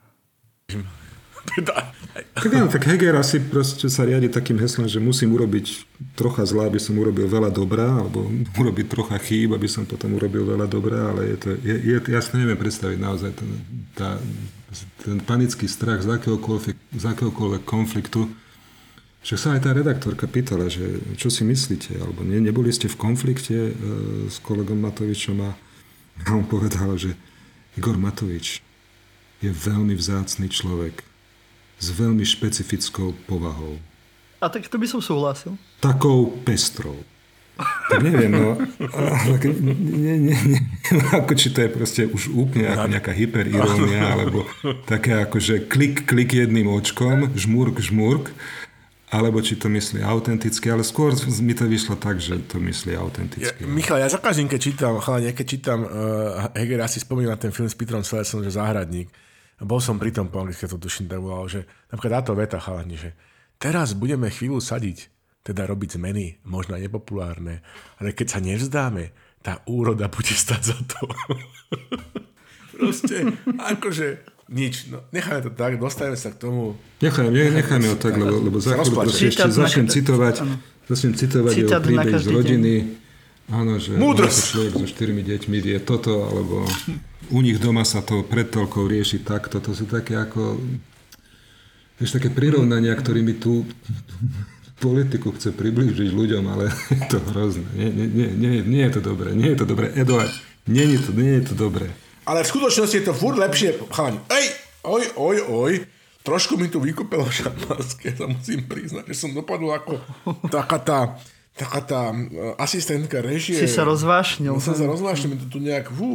Tak áno, tak Heger asi proste sa riadi takým heslom, že musím urobiť trocha zlá, aby som urobil veľa dobrá, alebo urobiť trocha chýb, aby som potom urobil veľa dobrá, ale je to, je, je, ja si neviem predstaviť naozaj ten, tá, ten panický strach z akéhokoľvek, z akéhokoľvek konfliktu. Však sa aj tá redaktorka pýtala, že čo si myslíte, alebo nie, neboli ste v konflikte e, s kolegom Matovičom a, a on povedal, že Igor Matovič je veľmi vzácny človek s veľmi špecifickou povahou. A tak to by som súhlasil. Takou pestrou. Tak neviem, no... Tak, nie, nie, nie, ako či to je proste už úplne ako nejaká hyperirónia, alebo také ako, že klik, klik jedným očkom, žmurk, žmurk, alebo či to myslí autenticky, ale skôr mi to vyšlo tak, že to myslí autenticky. Ja, Michal, ja za každým, keď čítam, chalani, keď čítam, uh, Heger asi spomínal na ten film s Petrom Sellesom, že Záhradník. Bol som pri tom po anglicky, to tuším, tak volal, že napríklad táto veta, chalani, že teraz budeme chvíľu sadiť, teda robiť zmeny, možno nepopulárne, ale keď sa nevzdáme, tá úroda bude stať za to. Proste, akože nič. No, nechajme to tak, dostaneme sa k tomu. Nechajme, nechajme ho tak, lebo, lebo za chvíľu proste ešte začnem citovať, začnem citovať jeho príbeh z rodiny. Áno, že človek so štyrmi deťmi je toto, alebo u nich doma sa to pred toľkou rieši takto. To sú také ako vieš, také prirovnania, ktorými tú politiku chce priblížiť ľuďom, ale je to hrozné. Nie, nie, nie, nie, nie je to dobré. Nie je to dobré. Eduard, nie je to, nie je to dobré. Ale v skutočnosti je to furt lepšie. Chalani, ej, oj, oj, oj. Trošku mi tu vykúpelo šampanské, sa musím priznať, že som dopadol ako taká tá taká tá asistentka režie. Si sa rozvášnil. Som sa rozvášnil, mi to tu nejak, hú,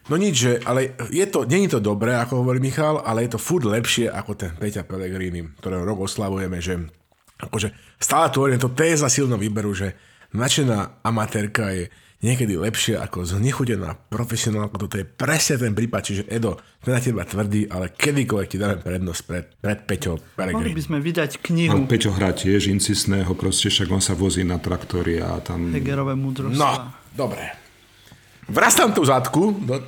No nič, že, ale je to, nie je to dobré, ako hovorí Michal, ale je to furt lepšie ako ten Peťa Pellegrini, ktorého rok oslavujeme, že akože stále tvoríme to téza silno výberu, že načená amatérka je niekedy lepšie ako znechudená profesionálka. Toto je presne ten prípad, čiže Edo, ten na teba tvrdý, ale kedykoľvek ti dáme prednosť pred, pred Peťou Pellegrini. Mohli by sme vydať knihu. A Peťo hrá tiež incisného, proste však on sa vozí na traktori a tam... Hegerové múdrostva. No, dobre. Vrastám tú zadku. Do...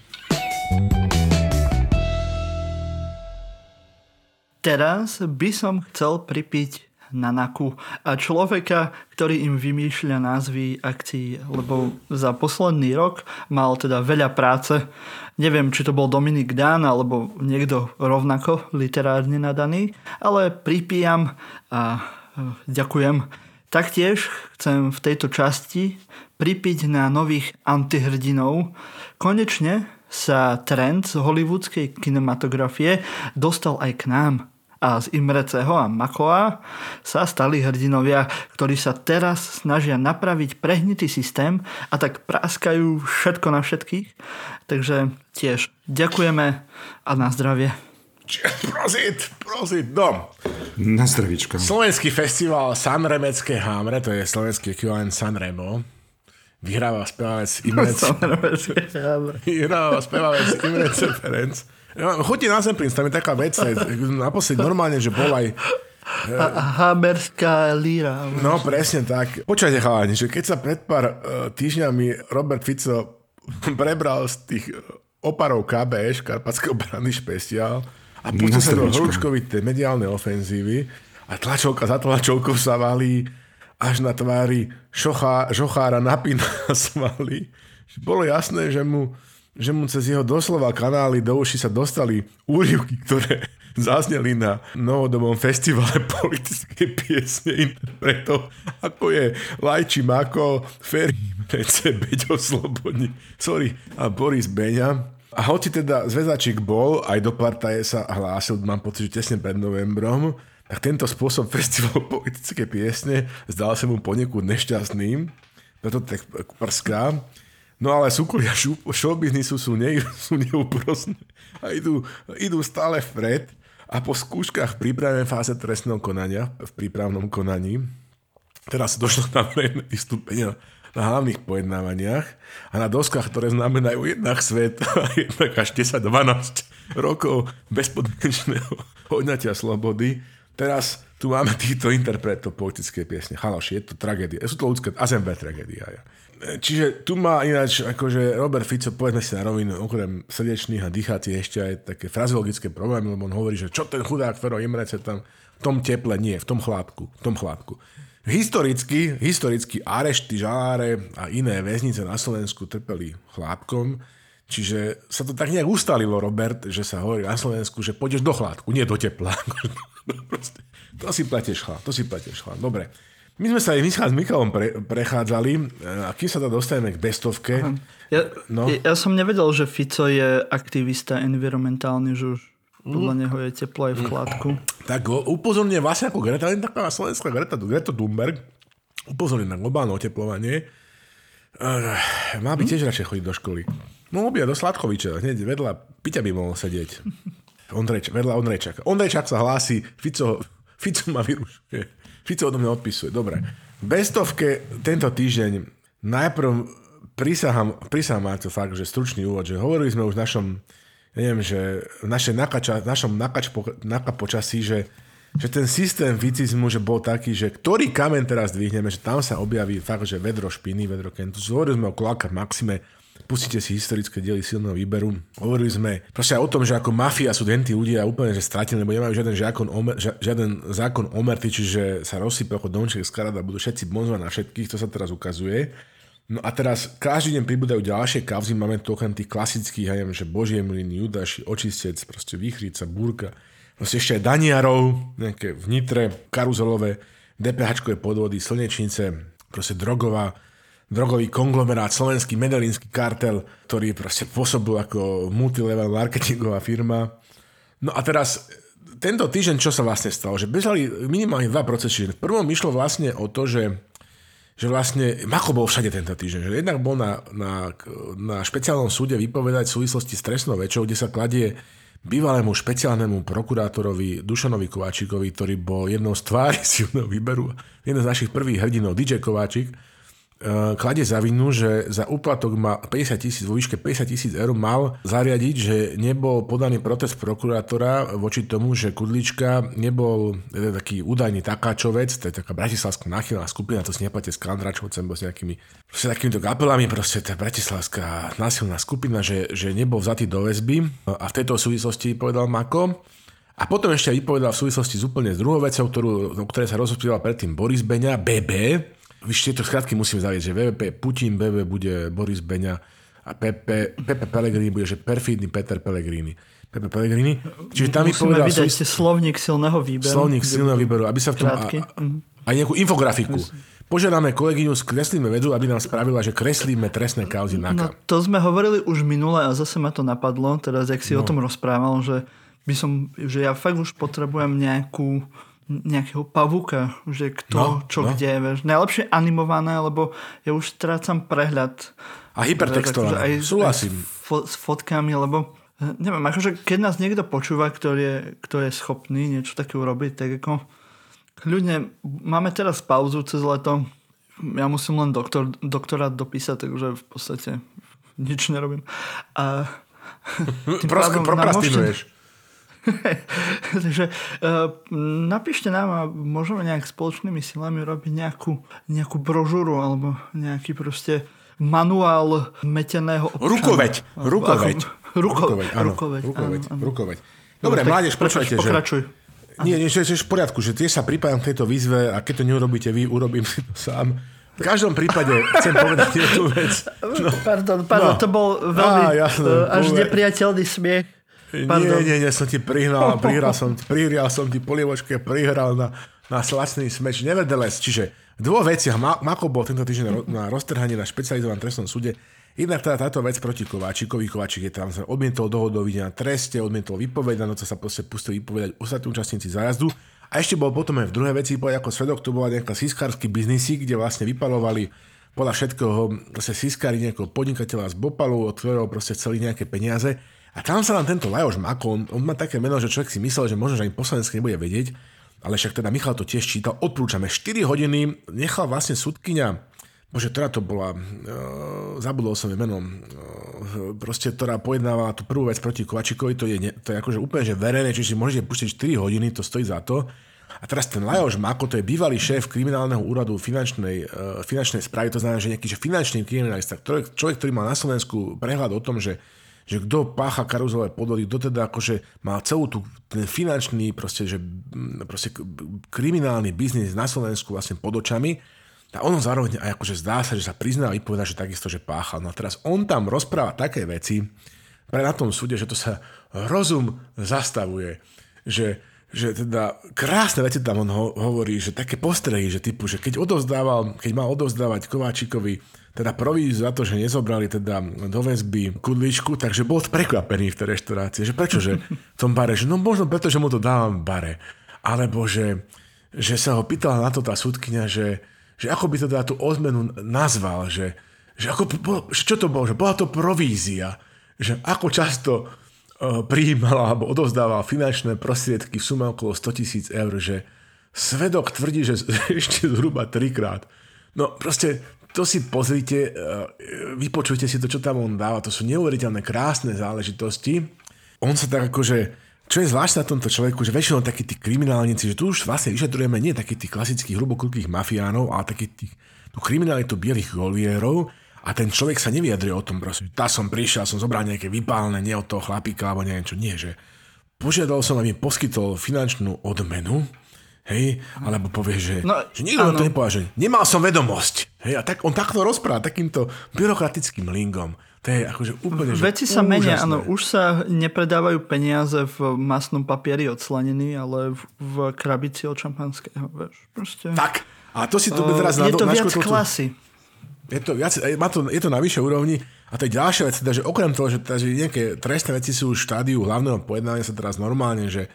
Teraz by som chcel pripiť Nanaku a človeka, ktorý im vymýšľa názvy akcií, lebo za posledný rok mal teda veľa práce. Neviem, či to bol Dominik Dán alebo niekto rovnako literárne nadaný, ale pripíjam a ďakujem. Taktiež chcem v tejto časti pripiť na nových antihrdinov. Konečne sa trend z hollywoodskej kinematografie dostal aj k nám. A z Imreceho a Makoa sa stali hrdinovia, ktorí sa teraz snažia napraviť prehnitý systém a tak práskajú všetko na všetkých. Takže tiež ďakujeme a na zdravie. Prozit, prozit, no. Na zdravíčko. Slovenský festival Sanremecké Hámre, to je slovenský ekvivalent Sanremo. Vyhráva spevavec Imrece. Sanremecké Hámre. Vyhráva spevavec Imrece Ferenc. Chodí na Zemplín, tam je taká vec, naposledy normálne, že bol aj... A, a Hámerská líra. No presne tak. Počujte chalani, že keď sa pred pár uh, týždňami Robert Fico prebral z tých oparov ká bé eš, Karpatského branný špeciál, a pustil sa do hĺbkovitej mediálnej ofenzívy a tlačovka za tlačovkou sa valí až na tvári šochá, žochára napína svaly. Bolo jasné, že mu že mu cez jeho doslova kanály do uši sa dostali úryvky, ktoré zazneli na novodobom festivale politickej piesne interpretov, ako je Lajči Mako, Ferry Mrece, Beďo Slobodník, sorry, a Boris Beňa. A hoci teda Zväzačík bol, aj do partaje sa hlásil, mám pocit, že tesne pred novembrom, tak tento spôsob festivalu politickej piesne zdal sa mu poniekud nešťastným, preto tak prská. No ale súkolia showbiznisu sú, ne, sú neúprosné a idú, idú stále vpred a po skúškach v prípravnej fáze trestného konania, v prípravnom konaní, teraz došlo na verejné vystúpenia na hlavných pojednávaniach a na doskách, ktoré znamenajú jednak svet a jednak až desať dvanásť rokov bezpodmienečného odňatia slobody. Teraz tu máme týchto interpretov politickej piesne. Chaloši, je to tragédia. Sú to ľudské, azember tragédia. Ja. Čiže tu má ináč, akože Robert Fico, povedzme si na rovinu, okrem srdečných a dýchacích ešte aj také frazeologické problémy, lebo on hovorí, že čo ten chudák Fero Imrece tam v tom teple, nie, v tom chlápku, v tom chlápku. Historicky, historicky arešty, žaláre a iné väznice na Slovensku trpeli chlápkom, čiže sa to tak nejak ustalilo, Robert, že sa hovorí na Slovensku, že pôjdeš do chládku, nie do tepla. To si platieš chlad, to si platieš chlad. Dobre. My sme sa aj s Michalom pre, prechádzali a kým sa to dostaneme k bestovke. Ja, no. ja, ja som nevedel, že Fico je aktivista environmentálny, že už podľa neho je teplo aj v chládku. Tak upozorňuje vlastne ako Greta, len taká slovenská Greta, Greta Thunberg, upozorňuje na globálne oteplovanie. Mal by tiež radšej chodiť do školy. Mohol by aj do Sladkoviča, hneď vedľa Piťa by mohol sedieť. Ondrejč, vedľa Ondrejčaka. Ondrejčak sa hlási, Fico, Fico ma vyrušuje. Fico odo mňa odpisuje. Dobre. Bestovke tento týždeň najprv prisahám, prisahám to fakt, že stručný úvod, že hovorili sme už v našom, ja neviem, že v našej nakača, našom nakač, nakapočasí, že, že ten systém vicizmu, že bol taký, že ktorý kamen teraz dvihneme, že tam sa objaví fakt, že vedro špiny, vedro kentus. Hovorili sme o Kloaka Maxime, pustite si historické diely silného výberu. Hovorili sme proste aj o tom, že ako mafia sú dentí ľudia úplne že stratení, lebo nemajú žiaden, zákon, omer, žiaden zákon omerty, čiže sa rozsype ako domček z karát a budú všetci bonzovať na všetkých, to sa teraz ukazuje. No a teraz každý deň pribúdajú ďalšie kauzy, máme tu okrem tých klasických, ja neviem, že Božie mlyny, Judáši, Očistec, proste Výchrica, Búrka, proste ešte aj Daniarov, nejaké v Nitre, karuzelové, DPHčkové podvody, Slnečnice, proste drogová, drogový konglomerát, slovenský medelínsky kartel, ktorý proste pôsobil ako multilevel marketingová firma. No a teraz, tento týždeň, čo sa vlastne stalo? Že bežali minimálne dva procesy. V prvom išlo vlastne o to, že, že vlastne Mako bol všade tento týždeň, že jednak bol na, na, na špeciálnom súde vypovedať v súvislosti s trestnou večou, kde sa kladie bývalému špeciálnemu prokurátorovi Dušanovi Kováčikovi, ktorý bol jednou z tvári silného výberu, jeden z našich prvých hrdinov, dý džej Kováčik, kladie za vinu, že za úplatok má päťdesiat tisíc, vo výške päťdesiat tisíc eur mal zariadiť, že nebol podaný protest prokurátora voči tomu, že Kudlička nebol taký údajný takáčovec, to je taká bratislavská náchylná skupina, to si neplatíte s Kandračovcem, s nejakými proste takýmito kapelami, proste tá bratislavská násilná skupina, že, že nebol vzatý do väzby a v tejto súvislosti povedal Mako. A potom ešte vypovedal v súvislosti s úplne s druhou vecou, ktorú, o ktorej sa rozhodol predtým Boris Beňa, bé bé. Víš, tieto skratky musím zaviesť, že vé vé pé Putin, bé bé bude Boris Beňa a Pepe, Pepe Pellegrini bude, že perfidný Peter Pellegrini. Pepe Pellegrini. Čiže tam musíme vydať súvis... slovník silného výberu. Slovník silného výberu, aby sa v tom... A, a nejakú infografiku. Požiadame kolegyňu z Kreslíme vedu, aby nám spravila, že kreslíme trestné kauzy na No to sme hovorili už minule a zase ma to napadlo, teraz jak si no. o tom rozprával, že by som, že ja fakt už potrebujem nejakú nejakého pavúka, že kto, no, čo, no. kde, vieš. Najlepšie animované, lebo ja už strácam prehľad. A hypertextované, aj, súhlasím. Aj fo- s fotkami, lebo neviem, akože keď nás niekto počúva, kto je, kto je schopný niečo také urobiť, tak ako ľudne, máme teraz pauzu cez leto, ja musím len doktor, doktorát dopísať, takže v podstate nič nerobím. A Prosk- prokrastinuješ. Takže uh, napíšte nám a môžeme nejak spoločnými silami robiť nejakú, nejakú brožúru alebo nejaký proste manuál meteného občana. Rukoveď. Rukoveď. Rukoveď. Rukoveď. Rukoveď. Rukoveď. Dobre, mládež, počúvajte, že... Pokračuj. Nie, nie, že je v poriadku, že tiež sa pripájam k tejto výzve a keď to neurobíte vy, urobím si to sám. V každom prípade chcem povedať jednu vec. No. Pardon, pardon, no. to bol veľmi Á, jasné, až nepriateľný smiech. Pardon. Nie, nie, nie, som ti prihral, prihral som, prihral som ti polievočke, prihral na, na slacný smeč. Nevertheless, čiže v dvoch veciach Mako bol tento týždeň na roztrhanie na špecializovanom trestnom súde. Jednak teda táto vec proti Kováčikovi. Kováčik je tam, odmietol dohodu o videnia na treste, odmietol vypovedať, no to sa proste pustil vypovedať ostatní účastníci zájazdu. A ešte bol potom aj v druhej veci, povedať ako svedok, to bola nejaká siskársky biznisy, kde vlastne vypalovali podľa všetkého proste siskári nejakého podnikateľa z Bopalu, od ktorého proste chceli nejaké peniaze. A tam sa nám tento Lajos Mako, on, on má také meno, že človek si myslel, že možno, že ani poslanecké nebude vedieť, ale však teda Michal to tiež čítal, odporúčame štyri hodiny, nechal vlastne sudkyňa, bože, ktorá to bola, uh, zabudol som jej meno, uh, proste, ktorá pojednávala tú prvú vec proti Kovačikovi, to je, to je akože úplne že verejné, čiže si môžete pustiť štyri hodiny, to stojí za to. A teraz ten Lajos Mako, to je bývalý šéf kriminálneho úradu finančnej, uh, finančnej správy, to znamená, že nejaký že finančný kriminalista, človek, človek, ktorý má na Slovensku prehľad o tom, že že kto pácha karuzové podvody, kto teda akože má celú tú ten finančný proste, že proste kriminálny biznis na Slovensku vlastne pod očami, a ono zároveň aj akože zdá sa, že sa prizná a vypovedá, že takisto, že páchal. No a teraz on tam rozpráva také veci pre na tom súde, že to sa rozum zastavuje, že, že teda krásne veci tam on ho, hovorí, že také postrehy, že typu, že keď odovzdával, keď mal odovzdávať Kováčikovi teda províziu za to, že nezobrali teda do väzby Kudličku, takže bol prekvapený v tej reštaurácii, že prečo, že v tom bare, že no možno preto, že mu to dávam v bare, alebo že, že sa ho pýtala na to tá súdkyňa, že, že ako by teda tú odmenu nazval, že, že, ako, že čo to bolo, že bola to provízia, že ako často uh, prijímala alebo odovzdával finančné prostriedky v sume okolo sto tisíc eur, že svedok tvrdí, že ešte zhruba trikrát. No proste to si pozrite, vypočujte si to, čo tam on dáva. To sú neuveriteľné, krásne záležitosti. On sa tak akože, čo je zvláštne na tomto človeku, že väčšinou takí tí kriminálnici, že tu už vlastne vyšetrujeme nie takých tých klasických hrubokrútkých mafiánov, ale takých tých tú kriminalitu bielých golierov a ten človek sa nevyjadruje o tom, proste, tá som prišiel, som zobral nejaké vypálne, nie od toho chlapíka alebo neviem čo, nie, že požiadal som, aby mi poskytol finančnú odmenu. Hej, alebo povie, že, no, že nikto to nepovedal, že nemal som vedomosť. Hej, a tak, on takto rozpráva, takýmto byrokratickým lingom. To je akože úplne, že veci sa menia, áno, už sa nepredávajú peniaze v masnom papieri odslanení, ale v, v krabici od šampanského, vieš, proste. Tak, a to si tu uh, teraz... Je to na, viac klasy. Je to, viac, je, to, je to na vyššej úrovni a to je ďalšia vec, teda, že okrem toho, že, teda, že nejaké trestné veci sú v štádiu hlavného pojednávania sa teraz normálne, že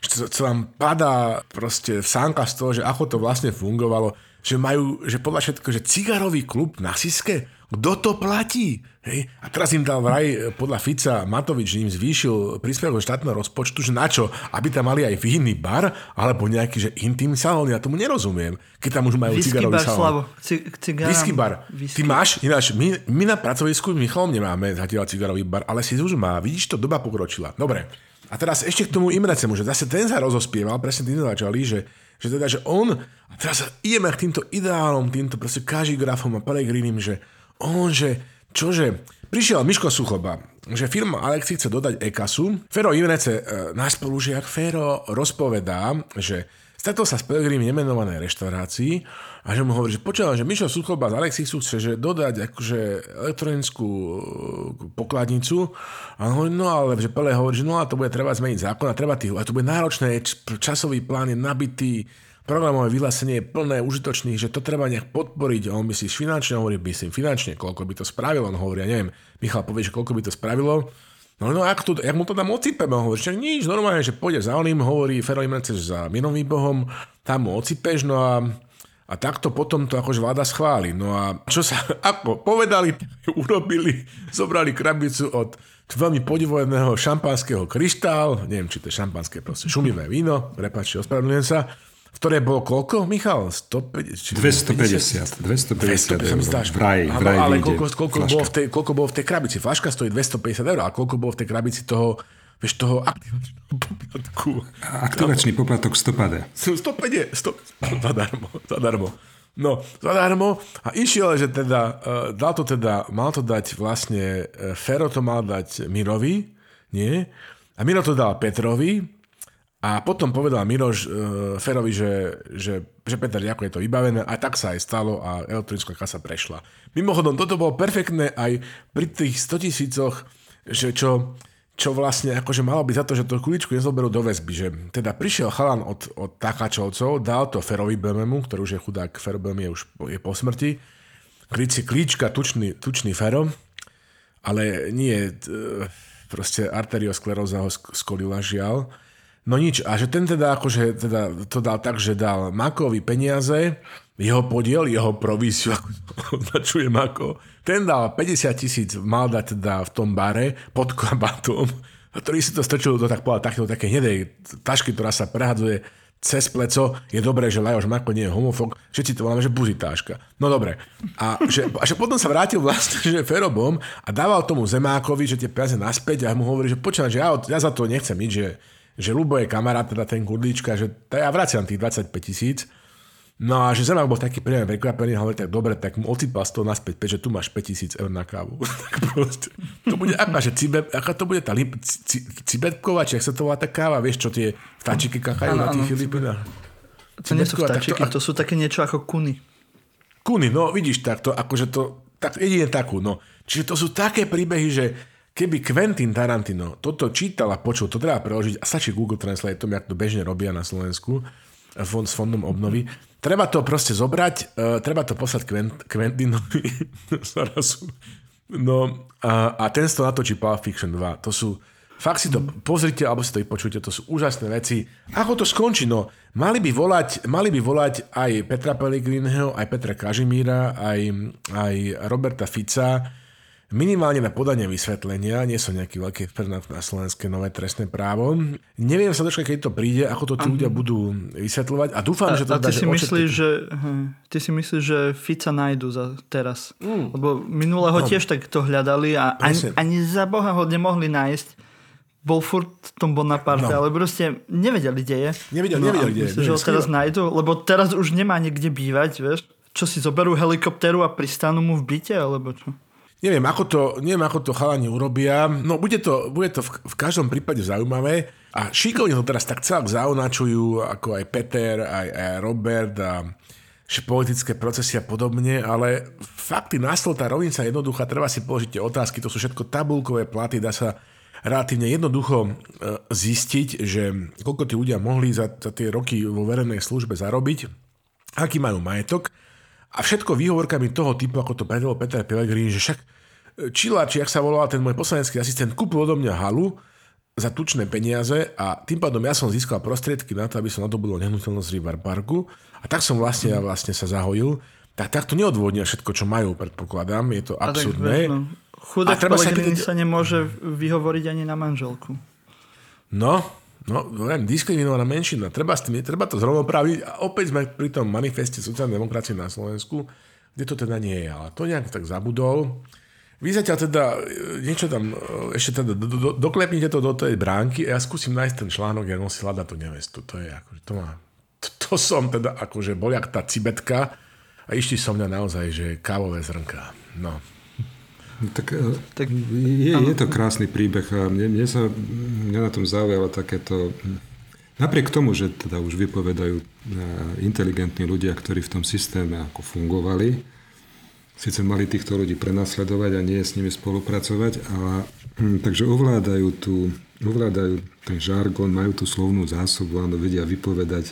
že sa vám padá proste v sánka z toho, že ako to vlastne fungovalo, že majú, že podľa všetko, že cigarový klub na Siske, kto to platí? Hej? A teraz im dal vraj podľa Fica Matovič, že im zvýšil príspevok štátneho rozpočtu, že na čo? Aby tam mali aj vinný bar, alebo nejaký, že intimný salón, ja tomu nerozumiem. Keď tam už majú whisky cigarový bar, salón. Slavo. C- cigaram, whisky bar. Whisky. Ty máš, ináč, my, my na pracovisku Michalom nemáme zatiaľ cigarový bar, ale si už má. Vidíš, to doba pokročila. Dobre. A teraz ešte k tomu Imrecemu, že zase ten sa rozospieval, presne tým začali, že že teda, že on, a teraz ideme k týmto ideálom, týmto proste Kažigrafom a Pelegrinim, že on, že, čože, prišiel Miško Suchoba, že firma Alexi chce dodať e-kasu. Fero Imrece, e, náš spolužiak Fero rozpovedá, že stretol sa s Pelegrinim v nemenovanej reštaurácii a že mu hovorí, že počúvam, že Mišo Suchoba z Alexixu chce že dodať akože elektronickú pokladnicu a on hovorí, no ale že Pele hovorí, že no a to bude treba zmeniť zákon a treba tých, a to bude náročné, časový plán je nabitý, programové vyhlásenie je plné, užitočných, že to treba nejak podporiť a on myslí finančne, hovorí, myslím finančne, koľko by to spravilo, on hovorí, ja neviem, Michal povie, že koľko by to spravilo. No, no jak, to, jak mu to tam ocipeme, hovorí, že nič, normálne, že pôjde za oným, hovorí Fero Imrece, že za Mirom Výbohom, tam mu ocipeš, no a, a takto potom to akože vláda schváli. No a čo sa, ako povedali, urobili, zobrali krabicu od veľmi podivovaného šampanského kryštál, neviem, či to je šampanské, proste šumivé víno, prepáčte, ospravedlňujem sa, v ktoré bolo koľko, Michal? stopäťdesiat, dvestopäťdesiat. dvestopäťdesiat eur. Vraj, vraj ale vyjde koľko, koľko, bolo v tej, koľko bolo v tej krabici? Flaška stojí dvestopäťdesiat eur, ale koľko bolo v tej krabici toho, vieš, toho aktivačného poplatku? Aktivačný poplatok stopade. stopäťdesiat, sto, zadarmo, zadarmo. No, zadarmo. A išiel, že teda, uh, dal to teda, mal to dať vlastne, uh, Fero to mal dať Mirovi, nie? A Miro to dal Petrovi. A potom povedal Miroš uh, Ferovi, že, že, že Peter, ako je to vybavené, a tak sa aj stalo a elektronická kasa prešla. Mimochodom, toto bolo perfektné aj pri tých stotisícoch, že čo, čo vlastne akože malo byť za to, že to kuličku nezoberú do väzby, že teda prišiel chalan od, od Takáčovcov, dal to Ferovi Belmemu, ktorý už je chudák, Fero Belmi je už je po smrti, klíči klíčka, tučný, tučný Fero, ale nie, proste arterioskleróza ho skolila, žiaľ. No nič, a že ten teda akože teda to dal tak, že dal Makovi peniaze, jeho podiel, jeho províziu, ako označuje Mako, ten dal päťdesiat tisíc, mal dať teda v tom bare pod krabatom, ktorý si to strčil do tak povedať takéto také hnedej tašky, ktorá sa prehadzuje cez pleco. Je dobré, že Lajoš Mako nie je homofób, všetci to voláme, že buzitáška. No dobre. A že, a že potom sa vrátil vlastne, že Ferobom a dával tomu Zemákovi, že tie peniaze naspäť a mu hovorí, že počúvam, že ja, ja za to nechcem nič, že že Ľubo je kamarát, teda ten Kurdlička, že ja vraciam tých dvadsaťpäť tisíc. No a že Zemák bol taký príjemne prekvapený a hovorí, tak dobre, tak mu ocípal z toho naspäť, že tu máš päť tisíc eur na kávu. Tak proste, to bude aká, že cibe, aká to bude tá lip, c, cibetková, či ak sa to volá tá káva, vieš, čo tie vtáčiky kachajú na tých Filipinách. To nie sú vtáčiky, to, to sú také niečo ako kuny. Kuny, no vidíš, tak to, akože to, tak jedine takú, no. Čiže to sú také príbehy, že keby Quentin Tarantino toto čítal a počul, to treba preložiť a stačí Google Translate, tom, jak to bežne robia na Slovensku fond, s fondom obnovy. Treba to proste zobrať, uh, treba to poslať Quent, Quentinovi no a, a ten to natočí Pulp Fiction dva. To sú, fakt si to pozrite, alebo si to vypočujte, to sú úžasné veci. Ako to skončí? No, mali by volať, mali by volať aj Petra Pellegriniho, aj Petra Kažimíra, aj, aj Roberta Fica, minimálne na podanie vysvetlenia, nie som nejaký veľký expert na, na slovenské nové trestné právo. Neviem sa dočkať, keď to príde, ako to tí ľudia budú vysvetľovať a dúfam, a, že to a ty, dá, si že myslíš, že, ty si myslíš, že Fica nájdu za teraz. Mm. Lebo minulého no. tiež tak to hľadali a ani, ani za Boha ho nemohli nájsť. Bol furt v tom Bonaparte, no. ale proste nevedeli, kde je. Nevedeli, no, nevedeli, kde je. Myslíš, že ho teraz nájdu? Lebo teraz už nemá niekde bývať, vieš? Čo si zoberú helikoptéru a pristanú mu v byte, alebo čo? Neviem, ako to, neviem, ako to chalani urobia. No, bude to, bude to v, v každom prípade zaujímavé. A šikovne to teraz tak celak zaunačujú, ako aj Peter, aj, aj Robert a politické procesy a podobne, ale fakty nastol, tá rovnica jednoduchá, treba si položiť tie otázky, to sú všetko tabulkové platy, dá sa relatívne jednoducho zistiť, že koľko tí ľudia mohli za, za tie roky vo verejnej službe zarobiť, aký majú majetok. A všetko výhovorkami toho typu, ako to predvedol Peter Pellegrini, že však Čila, či jak sa volal ten môj poslanecký asistent, kúpil odo mňa halu za tučné peniaze a tým pádom ja som získal prostriedky na to, aby som nadobudol nehnuteľnosť v River Parku a tak som vlastne, ja vlastne sa zahojil. Tak takto neodvodnia všetko, čo majú, predpokladám. Je to absurdné. No, chudák Pellegrini sa, sa nemôže vyhovoriť ani na manželku. No, no, diskriminovaná menšina. Treba, s tým, treba to zrovnopraviť. A opäť sme pri tom manifeste sociálnej demokracie na Slovensku, kde to teda nie je. Ale to nejak tak zabudol. Vy zatiaľ teda niečo tam, ešte teda do, do, doklepnite to do tej bránky a ja skúsim nájsť ten článok, jak on si hľadá tú nevestu. To je akože, to má, to, to som teda akože bol jak tá cibetka a išli som mňa naozaj, že kávové zrnká. No. Tak, tak je, je to krásny príbeh a mne, mne sa mňa na tom zaujalo takéto, napriek tomu, že teda už vypovedajú inteligentní ľudia, ktorí v tom systéme ako fungovali, síce mali týchto ľudí prenasledovať a nie s nimi spolupracovať, ale hm, takže ovládajú, tú, ovládajú ten žargon, majú tú slovnú zásobu, áno, vedia vypovedať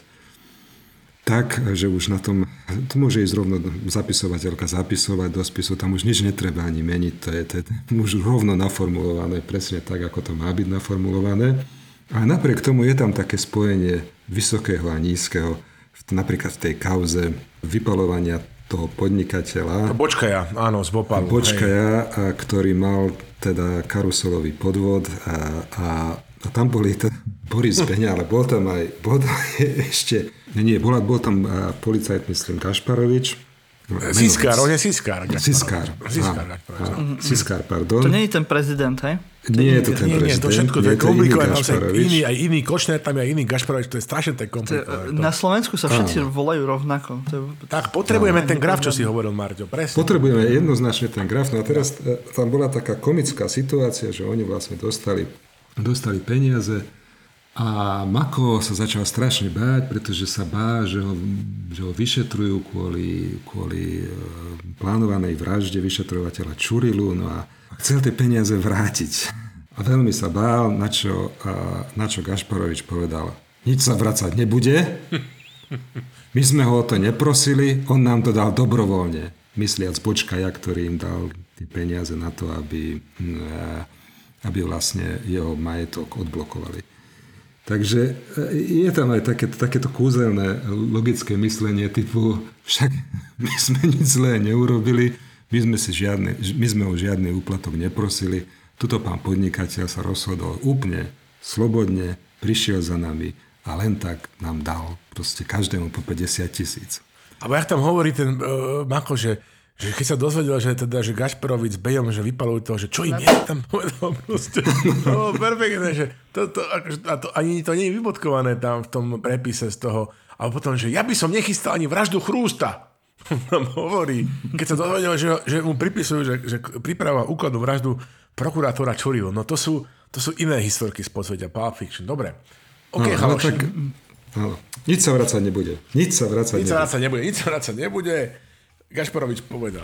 tak, že už na tom, to môže ísť rovno zapisovateľka zapisovať do spisu, tam už nič netreba ani meniť, to je, to je už rovno naformulované, presne tak, ako to má byť naformulované. A napriek tomu je tam také spojenie vysokého a nízkeho, napríklad v tej kauze vypaľovania toho podnikateľa. Bočkaja, áno, z Bopalu. Bočkaja, a, ktorý mal teda karuselový podvod a, a, a tam boli t- Boris Beňa, ale bol tam aj, bol tam ešte, nie, bol, bol tam policajt, myslím, Gašparovič. Siskár, on je Siskár. Siskár, Siskár, Siskár, pardon. To nie je ten prezident, hej? Nie je to ten nie, prezident. Nie, to všetko, to je komplikované. Iný, aj iný Kočner, tam je aj iný Gašparovič, to je strašne tak komplikované. Na Slovensku sa všetci Áno. volajú rovnako. To je... Tak, potrebujeme Áno. ten graf, čo si hovoril, Marťo, presne. Potrebujeme jednoznačne ten graf. No a teraz tam bola taká komická situácia, že oni vlastne dostali, dostali peniaze a Mako sa začal strašne báť, pretože sa bá, že ho, že ho vyšetrujú kvôli, kvôli plánovanej vražde vyšetrovateľa Čurilu, no a chcel tie peniaze vrátiť. A veľmi sa bál, na čo, na čo Gašparovič povedal, nič sa vracať nebude, my sme ho o to neprosili, on nám to dal dobrovoľne. Mysliac Bočkaja, ktorý im dal tie peniaze na to, aby, aby vlastne jeho majetok odblokovali. Takže je tam aj také, takéto kúzelné logické myslenie typu, však my sme nič zlé neurobili, my sme, si žiadne, my sme o žiadny úplatok neprosili, tuto pán podnikateľ sa rozhodol úplne slobodne, prišiel za nami a len tak nám dal proste každému po päťdesiat tisíc. Ale jak tam hovorí ten uh, Mako, že že keď sa dozvedel, že, teda, že Gašparovič s Bejom, že vypalujú toho, že čo im je tam povedal proste. No, perfektné, že to, to, a to, ani to nie je vybodkované tam v tom prepise z toho. A potom, že ja by som nechystal ani vraždu Chrústa. Tam hovorí, keď sa dozvedel, že, že mu pripisujú, že, že pripravoval úkladnú vraždu prokurátora Čurilu. No to sú, to sú iné historky z podsvetia, Pulp Fiction. Dobre. OK, no, tak, no, nič sa vracať nebude. Nič sa vracať nič nebude. Sa vracať nebude. Nič sa vracať nebude. Gašparovič povedal.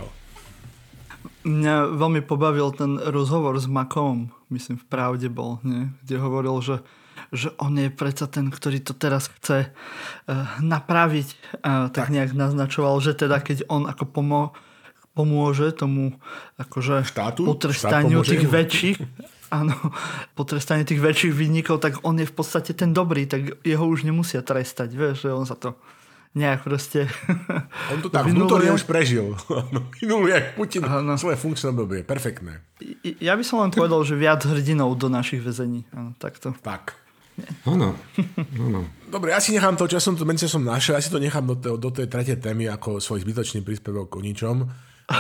Mňa veľmi pobavil ten rozhovor s Makom, myslím v Pravde bol, nie? Kde hovoril, že, že on je predsa ten, ktorý to teraz chce uh, napraviť. A tak, tak nejak naznačoval, že teda keď on ako pomo- pomôže tomu akože štátu? potrestaniu Štát tých väčších áno, potrestanie tých väčších vinníkov, tak on je v podstate ten dobrý, tak jeho už nemusia trestať, vieš, že on za to nejak proste... On to tak vnútorne už prežil. Minul jak Putin ano. Svoje funkčné obdobie. Perfektné. Ja by som len povedal, že viac hrdinov do našich väzení. Ano, takto. Tak. Áno. Áno. Dobre, ja si nechám to, čo som to, menšie som našiel, ja si to nechám do, do tej tretej témy ako svoj zbytočný príspevok o ničom.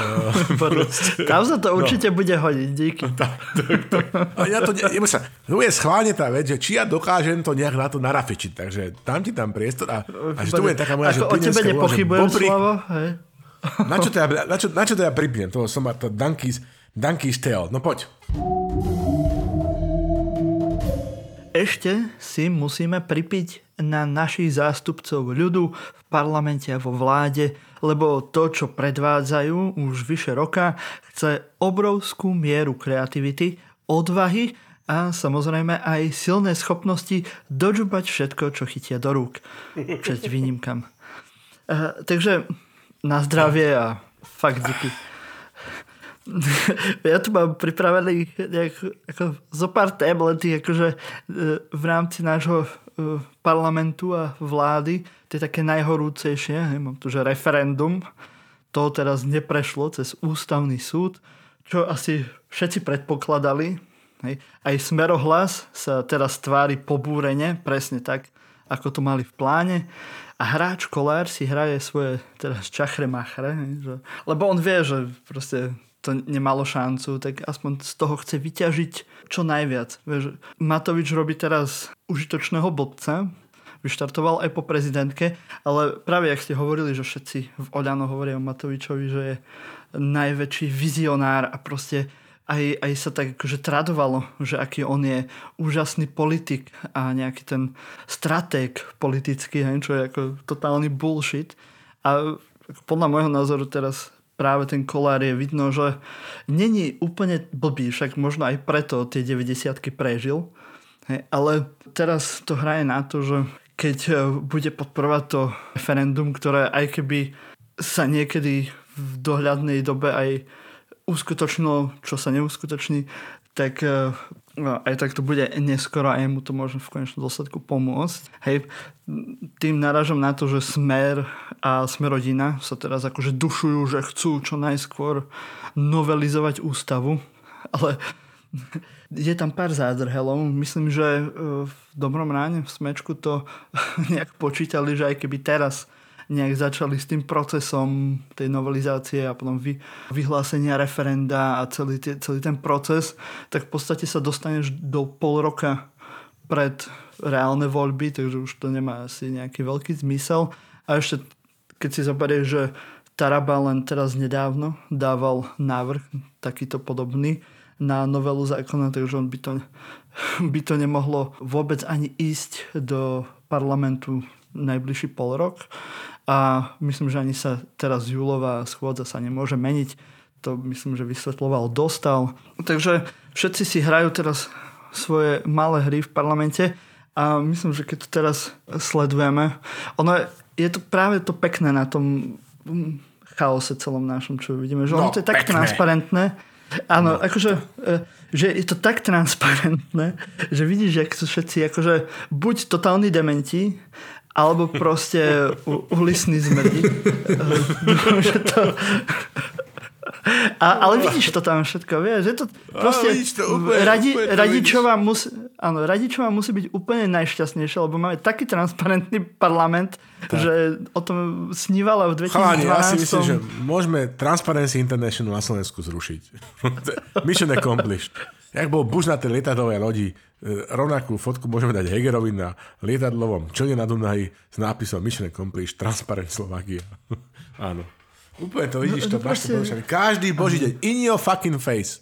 Tam sa to určite no. bude hodiť, díky. Tak, tak, tak. A ja to, ne, sa, to je schválne tá vec, že či ja dokážem to nejak na to narafičiť, takže tam ti tam priestor a, a že tu bude taká moja, ako že o tebe nepochybujem, popri... Slavo, hej. Na čo to ja, na čo, na čo to ja pripnem? To som ma to Dunky's, Dunky's Tale. No poď. Ešte si musíme pripiť na našich zástupcov ľudu v parlamente a vo vláde, lebo to, čo predvádzajú už vyše roka, chce obrovskú mieru kreativity, odvahy a samozrejme aj silné schopnosti dožubať všetko, čo chytia do rúk. Česť výnimkam. Uh, takže na zdravie a fakt díky. Ja tu mám pripravený nejak, ako, zo pár tém, len tých, akože v rámci nášho parlamentu a vlády, tie také najhorúcejšie, mám tu, že referendum, to teraz neprešlo cez ústavný súd, čo asi všetci predpokladali. Hej. Aj Smerohlas sa teraz tvári pobúrene, presne tak, ako to mali v pláne. A hráč Kollár si hraje svoje teraz čachre-machre, že, lebo on vie, že proste to nemalo šancu, tak aspoň z toho chce vyťažiť čo najviac. Vieš, Matovič robí teraz užitočného blbca, vyštartoval aj po prezidentke, ale práve jak ste hovorili, že všetci v Oľano hovoria o Matovičovi, že je najväčší vizionár a proste aj, aj sa tak akože tradovalo, že aký on je úžasný politik a nejaký ten stratég politický, čo je ako totálny bullshit. A podľa môjho názoru teraz práve ten Kollár je vidno, že není úplne blbý, však možno aj preto tie deväťdesiatky prežil. Hej, ale teraz to hraje na to, že keď bude podporovať to referendum, ktoré aj keby sa niekedy v dohľadnej dobe aj uskutočnilo, čo sa neuskutoční, tak no, aj tak to bude neskoro a jemu to môže v konečnom dôsledku pomôcť. Hej, tým narážam na to, že Smer a Smerodina sa teraz akože dušujú, že chcú čo najskôr novelizovať ústavu, ale je tam pár zádrhelov. Myslím, že v Dobrom ráne v Smečku to nejak počítali, že aj keby teraz nejak začali s tým procesom tej novelizácie a potom vy, vyhlásenia referenda a celý, tie, celý ten proces, tak v podstate sa dostaneš do pol roka pred reálne voľby, takže už to nemá asi nejaký veľký zmysel. A ešte, keď si zoberieš, že Taraba len teraz nedávno dával návrh takýto podobný na novelu zákona, takže on by to, by to nemohlo vôbec ani ísť do parlamentu najbližší pol rok. A myslím, že ani sa teraz júlová schôdza sa nemôže meniť. To myslím, že vysvetľoval Dostal. Takže všetci si hrajú teraz svoje malé hry v parlamente a myslím, že keď to teraz sledujeme, ono je, je to práve to pekné na tom chaose celom našom, čo vidíme, že ono no, to je tak pekné. Transparentné. Áno, no. akože, že je to tak transparentné, že vidíš, že sú všetci akože buď totálni dementi, alebo proste uhlisný zmrdi. že to... A, ale vidíš to tam všetko, vieš, že to proste a, to úplne, radi, úplne to radičová, musí, áno, radičová musí byť úplne najšťastnejšia, lebo máme taký transparentný parlament, tak. Že o tom snívala v dvetisícdvanásť. Chalani, ja si myslím, že môžeme Transparency International na Slovensku zrušiť. Mission accomplished. Jak bol Bush na tej lietadlovej lodi, rovnakú fotku môžeme dať Hegerovi na lietadlovom člne na Dunaji s nápisom Mission accomplished, Transparent Slovakia. Áno. Úplne to vidíš, no, to máš to porušené. Každý boží deň. In your fucking face.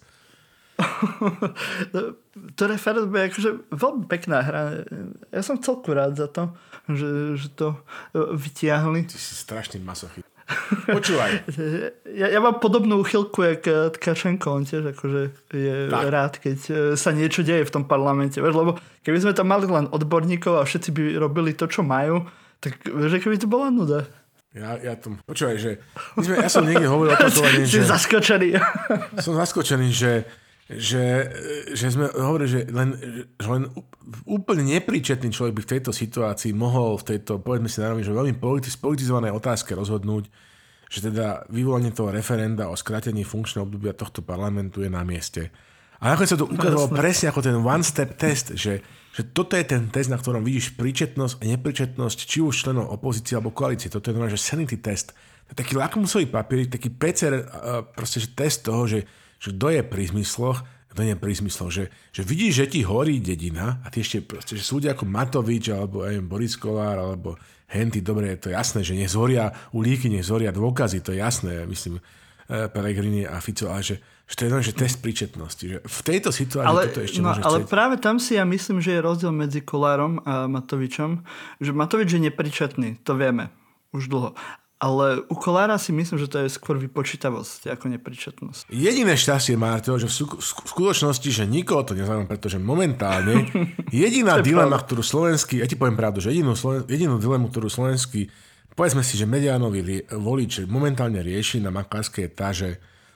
To referendum je akože veľmi pekná hra. Ja som celku rád za to, že, že to vytiahli. Ty si strašný masochist. Počúvaj. Ja, ja mám podobnú uchylku jak Tkačenko, on tiež akože je tak. rád, keď sa niečo deje v tom parlamente. Vieš, lebo keby sme tam mali len odborníkov a všetci by robili to, čo majú, tak vieš, keby to bola nuda. Ja, ja tom, počúvaj, že my sme, ja som niekde hovoril o tom, že... Si zaskočený. Som zaskočený, že že, že sme hovorili, že len, že len úplne nepríčetný človek by v tejto situácii mohol v tejto, povedzme si narovne, že veľmi politizované otázke rozhodnúť, že teda vyvolanie toho referenda o skrátení funkčného obdobia tohto parlamentu je na mieste. A nakoniec sa to ukázalo presne ako ten one-step test, že, že toto je ten test, na ktorom vidíš príčetnosť a nepríčetnosť či už členov opozície alebo koalície. Toto je normálne, že sanity test. To je taký lakmusový papír, taký pé cé er, proste že test toho, že že kto je pri zmysloch, kto nie je pri zmysloch, že, že vidíš, že ti horí dedina a ty ešte proste, že sú ľudia ako Matovič alebo aj Boris Kollár alebo Henty, dobre, je to jasné, že nech zhoria ulíky, nech zhoria dôkazy, to je jasné, myslím, Pellegrini a Fico, ale že, že to je že test príčetnosti. Že v tejto situácii ale, toto ešte no, môže ale chcieť. práve tam si ja myslím, že je rozdiel medzi Kollárom a Matovičom, že Matovič je nepríčetný, to vieme už dlho. Ale u Kollára si myslím, že to je skôr vypočítavosť ako nepríčetnosť. Jediné šťastie má to, že v skutočnosti, že nikoho to nezaujíma, pretože momentálne jediná dilema, ktorú slovenský, ja ti poviem pravdu, že jedinú, jedinú dilemu, ktorú slovenský, povedzme si, že mediánový volič momentálne rieši na Makárskej je tá, že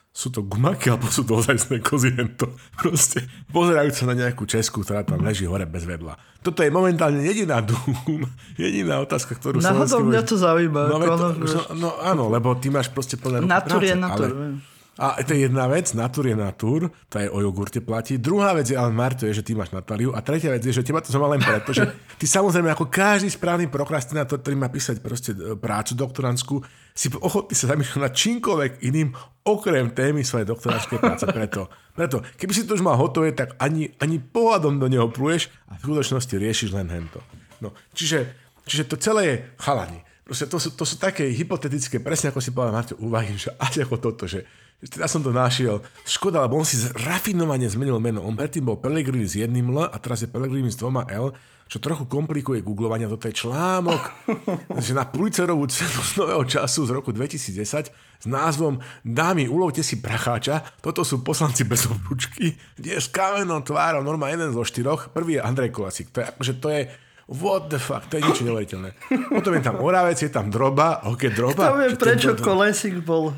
sú to gumaky, alebo sú to ozajstné kozy, to proste pozerajú sa na nejakú česku, ktorá tam leží hore bez vedla. Toto je momentálne jediná dúm, jediná otázka, ktorú sa... Náhodou mňa to zaujíma. No, to, no, no áno, lebo ty máš proste plné ruky Natur je práce, natur. Ale... A to je jedna vec, natur je natur, to aj o jogurte platí. Druhá vec je, ale Marto, je, že ty máš Natáliu. A tretia vec je, že teba to zaujíma len preto, že ty samozrejme ako každý správny prokrastinátor, ktorý má písať proste prácu doktorandskú, si ochotný sa zamýšľať nad čímkoľvek iným, okrem témy svojej doktorandskej práce. Preto, preto, keby si to už mal hotové, tak ani, ani pohľadom do neho pluješ a v skutočnosti riešiš len hento. No, čiže, čiže to celé je chalani. Proste to sú, to sú také hypotetické, presne ako si povedal Marto, úvahy, že až ako toto, že teda som to našiel. Škoda, lebo on si rafinovane zmenil meno. On predtým bol Pellegrini s jedným L a teraz je Pellegrini s dvoma L, čo trochu komplikuje googlovanie. Toto je článok, že na Pulitzerovú cenu z Nového času z roku dvetisícdesať s názvom Dámy, ulovte si pracháča. Toto sú poslanci bez obručky, kde je s kamennou tvárou norma jeden zo štyroch. Prvý je Andrej Kolasík. To je, akože to je what the fuck, to je niečo neuveriteľné. Potom je tam Oravec, je tam Droba, ok, Droba. To je prečo to... Kolesík bol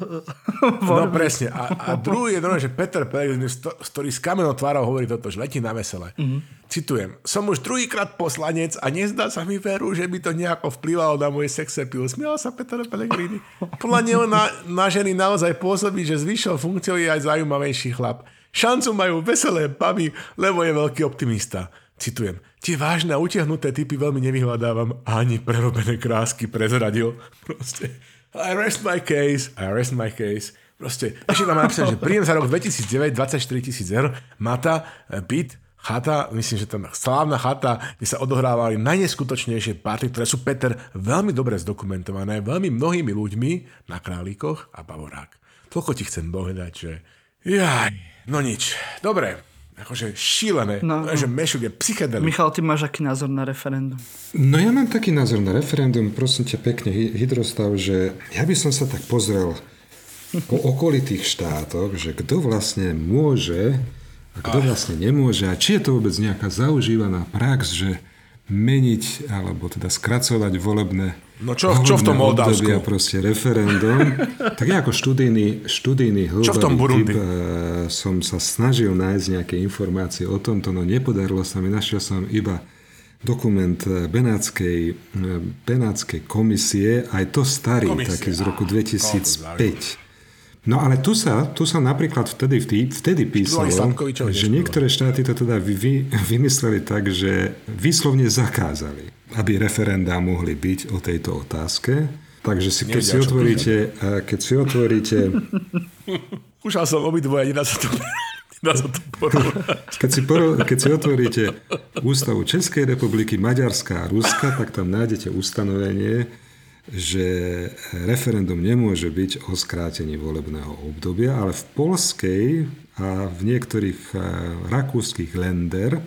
No presne. A, a druhý je normálne, že Peter Pellegrini, ktorý s kamenou tvárou hovorí toto, že letí na vesele. Mm-hmm. Citujem, som už druhýkrát poslanec a nezdá sa mi veru, že by to nejako vplyvalo na môj sex appeal. Smial sa Peter Pellegrini. Podľa neho na, na ženy naozaj pôsobí, že s vyššou funkciou je aj zaujímavejší chlap. Šancu majú veselé baby, lebo je veľký optimista. Citujem, tie vážne a utiahnuté typy veľmi nevyhľadávam, ani prerobené krásky prezradil. Proste, I rest my case, I rest my case. Proste, ešte tam napísať, že príjem za rok dvetisícdeväť, dvadsaťštyri tisíc eur, mata, byt, chata, myslím, že tam slávna chata, kde sa odohrávali najneskutočnejšie party, ktoré sú, Peter, veľmi dobre zdokumentované, veľmi mnohými ľuďmi na Králíkoch a Bavorák. Toľko ti chcem povedať, že jaj, no nič. Dobre. Akože šílené, no, že Mešuk je psychedelik. Michal, ty máš aký názor na referendum? No ja mám taký názor na referendum, prosím ťa pekne, Hydrostav, že ja by som sa tak pozrel po okolitých štátoch, že kto vlastne môže a kto vlastne nemôže a či je to vôbec nejaká zaužívaná prax, že meniť alebo teda skracovať volebné No čo, čo v tom Moldavsku? Obdobia, proste referendum. Tak ja ako študijný, študijný hĺbavý typ som sa snažil nájsť nejaké informácie o tomto, no nepodarilo sa mi. Našiel som iba dokument Benátskej, Benátskej komisie, aj to starý, Komisie. taký z roku dvetisícpäť. No ale tu sa, tu sa napríklad vtedy, vtedy písalo, že niektoré štáty to teda vy, vymysleli tak, že výslovne zakázali, aby referendá mohli byť o tejto otázke. Takže si, keď, si otvoríte, keď si otvoríte... Kúšal som obidvoje, nedá sa to, nedá sa to porovnať. Keď si, poro, keď si otvoríte Ústavu Českej republiky, Maďarska a Ruska, tak tam nájdete ustanovenie, že referendum nemôže byť o skrátení volebného obdobia, ale v poľskej a v niektorých rakúskych länder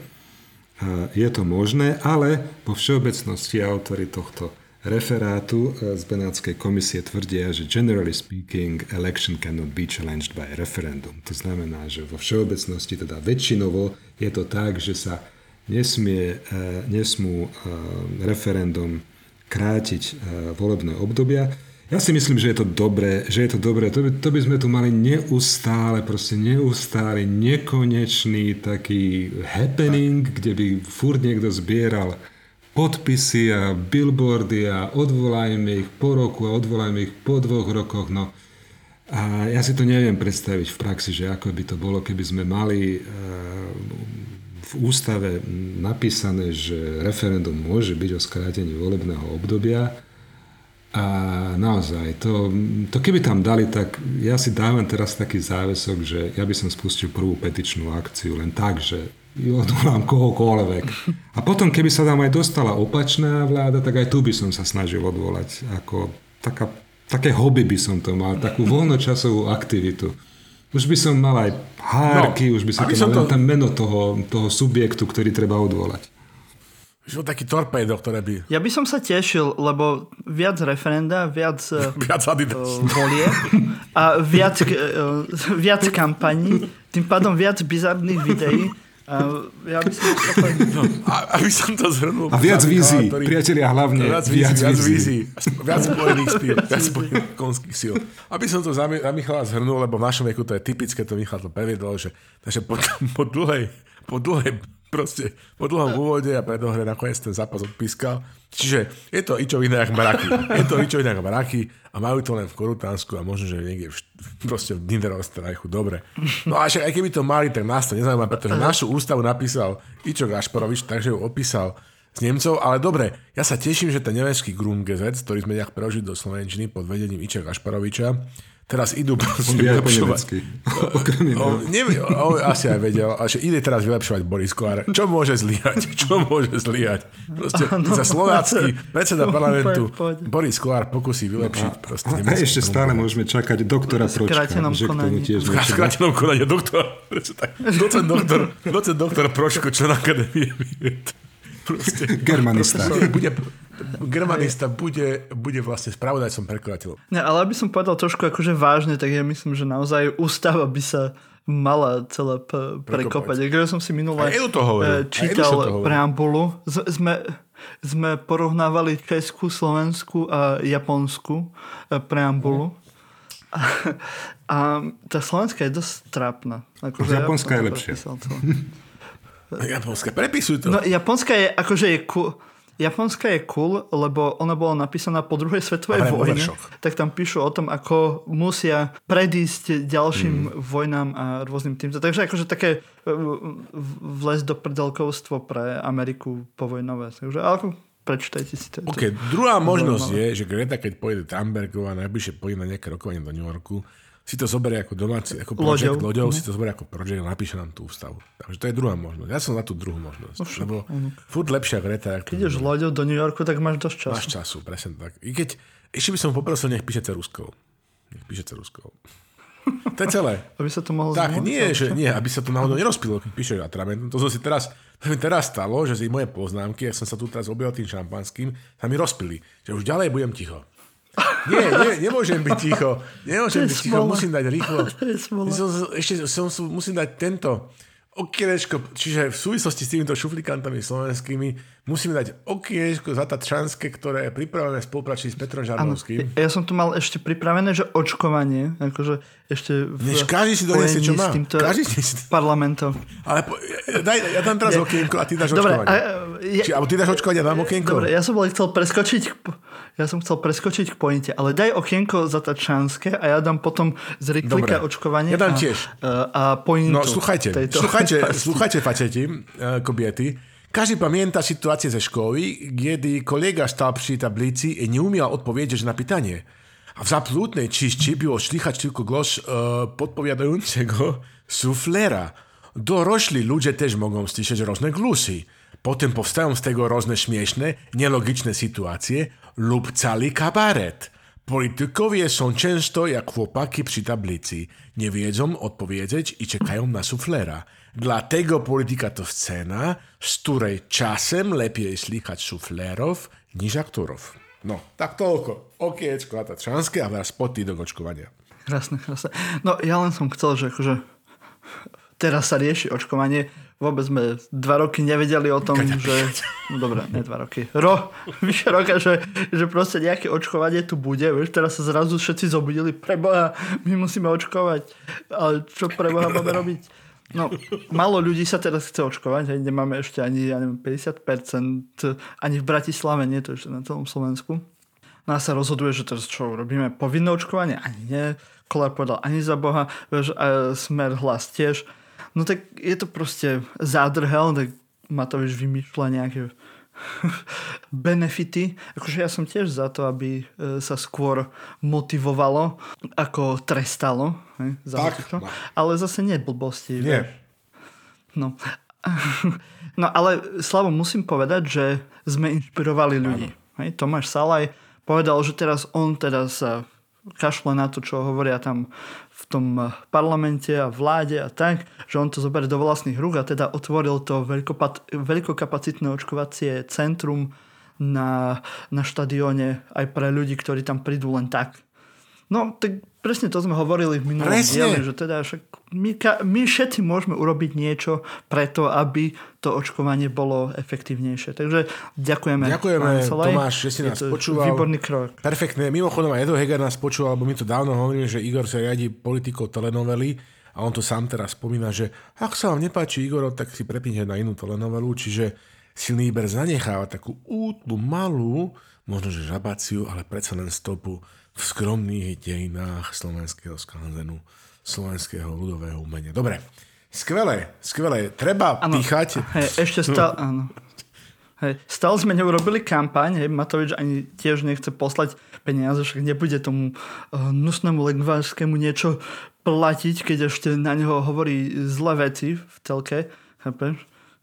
je to možné, ale vo všeobecnosti autori tohto referátu z Benátskej komisie tvrdia, že generally speaking, election cannot be challenged by a referendum. To znamená, že vo všeobecnosti, teda väčšinovo, je to tak, že sa nesmie, nesmú referendum krátiť volebné obdobia. Ja si myslím, že je to dobré, že je to dobré. To by, to by sme tu mali neustále, proste neustále, nekonečný taký happening, kde by furt niekto zbieral podpisy a billboardy a odvolajme ich po roku a odvolajme ich po dvoch rokoch. No. A ja si to neviem predstaviť v praxi, že ako by to bolo, keby sme mali v ústave napísané, že referendum môže byť o skrátení volebného obdobia. A naozaj, to, to keby tam dali, tak ja si dávam teraz taký záväzok, že ja by som spustil prvú petičnú akciu len tak, že odvolám kohokoľvek. A potom, keby sa tam aj dostala opačná vláda, tak aj tu by som sa snažil odvolať. Ako taká, také hobby by som to mal, takú voľnočasovú aktivitu. Už by som mal aj hárky, no, už by som to mal to... tam meno toho, toho subjektu, ktorý treba odvolať. Už bol taký torpédo, ktoré by... Ja by som sa tešil, lebo viac referenda, viac, viac volie a viac, viac kampaní, tým pádom viac bizarných videí, A ja by som no, a, aby som to zhrnul. A viac vízií, ktorý... priatelia, hlavne. Viac vízií, viac vízií. Viac spojených síl, viac spojených konských síl. Aby som to za, za Michala zhrnul, lebo v našom veku to je typické, to Michal to previedol, že takže po, po dlhej, po dlhej proste, po dlhom úvode a predohre nakoniec ten zápas odpískal. Čiže je to ičo iné ako mraky. Je to ičo iné ako mraky a majú to len v Korutánsku a možno, že niekde v, proste v Niederösterreichu. Dobre. No a aj keby to mali, tak nás to nezaujíma, pretože našu ústavu napísal Ičo Gašparovič, takže ju opísal z Nemcov. Ale dobre, ja sa teším, že ten nemecký Grundgesetz, ktorý sme nejak preložili do slovenčiny pod vedením Iča Gašparoviča, teraz idú proste vylepšovať. On nevie, on asi aj vedel, že ide teraz vylepšovať Boris Kollár. Čo môže zlyhať? Čo môže zlyhať? Proste za slovácky predseda parlamentu Boris Kollár pokusí vylepšiť. Proste a, a ešte stále môžeme čakať doktora Pročka. Že k tomu tiež v skrátenom konaní doktora. Docent doktor, docent doktor Pročko, člen akadémie. Proste, germanista. Proste, bude, germanista bude, bude vlastne spravodajcom prekladateľov. Ne, ale aby som povedal trošku akože vážne, tak ja myslím, že naozaj ústava by sa mala celé p- prekopať. Keď som si minule čítal preambulu, z- sme, sme porovnávali Česku, Slovensku a Japonsku preambulu. A, a tá slovenská je dosť trápna. Akože japonská ja je lepšia. Japonská, prepisuj to. No, japonská je, akože je cool. Japonská je cool, lebo ona bola napísaná po druhej svetovej vojne. Tak tam píšu o tom, ako musia predísť ďalším mm. vojnám a rôznym týmto. Takže akože také vles do prdelkovstvo pre Ameriku povojnové. Takže ale prečítajte si to. OK, druhá možnosť je, že Greta, keď pôjde Thunbergová, najbližšie pôjde na nejaké rokovanie do New Yorku, si to zoberie ako domáci, ako projekt loďou, si to zoberie ako projekt a napíše nám tú ústavu. Takže to je druhá možnosť. Ja som za tú druhú možnosť. No, lebo furt lepšia Greta. Keď ideš loďou do New Yorku, tak máš dosť času. Máš času, presne tak. I keď, ešte by som poprosil, nech píše ceruskou. Nech píše ceruskou. To je celé. Aby sa to mohlo tak, zmôcť? Nie, že, nie, aby sa to náhodou nerozpilo, keď píše atrament. To som si teraz, to mi teraz stalo, že si moje poznámky, ja som sa tu teraz objel tým šampanským, sa mi rozpili. Že už ďalej budem ticho. Nie, nie, nemôžem byť ticho. Nemôžem byť ticho, musím dať rýchlo. Som, ešte som, musím dať tento okienečko, čiže v súvislosti s týmito šuflikantami slovenskými musíme dať okienečko za Tatranské, ktoré je pripravené v spolupráci s Petrom Žarnovským. Ja som tu mal ešte pripravené, že očkovanie, akože ešte v Než každý si donesie, čo má. Každý si... parlamentom. Ale po, daj, ja dám teraz okienko a ty dáš Dobre, očkovanie. A, ja... Či, alebo ty dáš očkovanie a dám okienko. Dobre, ja som bol chcel preskočiť ja som chcel preskočiť k pointe, ale daj okienko za Tatranské a ja dám potom z rýchlika očkovanie. Ja dám tiež. A, a pointu. No, sluchajte, sluchajte, sluchajte, fačeti, kobiety. Každý pamięta sytuację ze szkoły, kiedy kolega stał przy tablicy i nie umiał odpowiedzieć na pytanie. A w absolutnej ciszy było słychać tylko głos e, podpowiadającego suflera. Dorośli ludzie też mogą słyszeć różne głosy. Potem powstają z tego różne śmieszne, nielogiczne sytuacje lub cały kabaret. Politykowie są często jak chłopaki przy tablicy. Nie wiedzą odpowiedzieć i czekają na suflera. Dlatego polityka to scena, z której czasem lepiej slychać suflerów niż aktorów. No, tak toľko. Okiecko a Tatranské a teraz pod do očkovania. Krásne, krásne. No, ja len som chcel, že akože teraz sa rieši očkovanie. Vôbec sme dva roky nevedeli o tom, Kaďa, že... No dobré, ne dva roky. Ro, vyše roka, že, že proste nejaké očkovanie tu bude. Vieš, teraz sa zrazu všetci zobudili. Preboha, my musíme očkovať. Ale čo preboha máme robiť? No, málo ľudí sa teraz chce očkovať. Hej, nemáme ešte ani ja neviem, päťdesiat percent ani v Bratislave, nie, to ešte na celom Slovensku. No a sa rozhoduje, že teraz čo, robíme povinné očkovanie? Ani nie. Kollár povedal, ani za Boha. Vieš, a Smer, Hlas tiež. No tak je to proste zádrhel, tak Matovič vymýšľa nejaké benefity. Akože ja som tiež za to, aby sa skôr motivovalo, ako trestalo. Hej, za tak, to. Ale zase nie blbosti. Nie. No. No ale Slavo, musím povedať, že sme inšpirovali ľudí. Hej, Tomáš Salaj povedal, že teraz on teraz sa kašle na to, čo hovoria tam v tom parlamente a vláde a tak, že on to zoberie do vlastných rúk a teda otvoril to veľkopat, veľkokapacitné očkovacie centrum na, na štadióne aj pre ľudí, ktorí tam prídu len tak. No, tak presne to sme hovorili v minulom Presne. dieli, že teda však my, my všetci môžeme urobiť niečo preto, aby to očkovanie bolo efektívnejšie. Takže ďakujeme. Ďakujeme, Tomáš, že si nás počúval. Výborný krok. Perfektné. Mimochodom aj Edo Heger nás počúval, lebo my to dávno hovoríme, že Igor sa riadi politikou telenovely a on to sám teraz spomína, že ak sa vám nepáči Igorov, tak si prepnite na inú telenovelu, čiže Silný Iber zanecháva takú útlu, malú, možno že žabaciu, ale predsa len stopu v skromných dejinách slovenského skanzenu, slovenského ľudového umenia. Dobre, skvelé, skvelé. Treba ano, píchať. Hej, ešte stále, áno. Hej, stále sme neurobili kampaň, hej, Matovič ani tiež nechce poslať peniaze, však nebude tomu uh, nusnému Lengvarskému niečo platiť, keď ešte na neho hovorí zlé veci v telke, chápeš?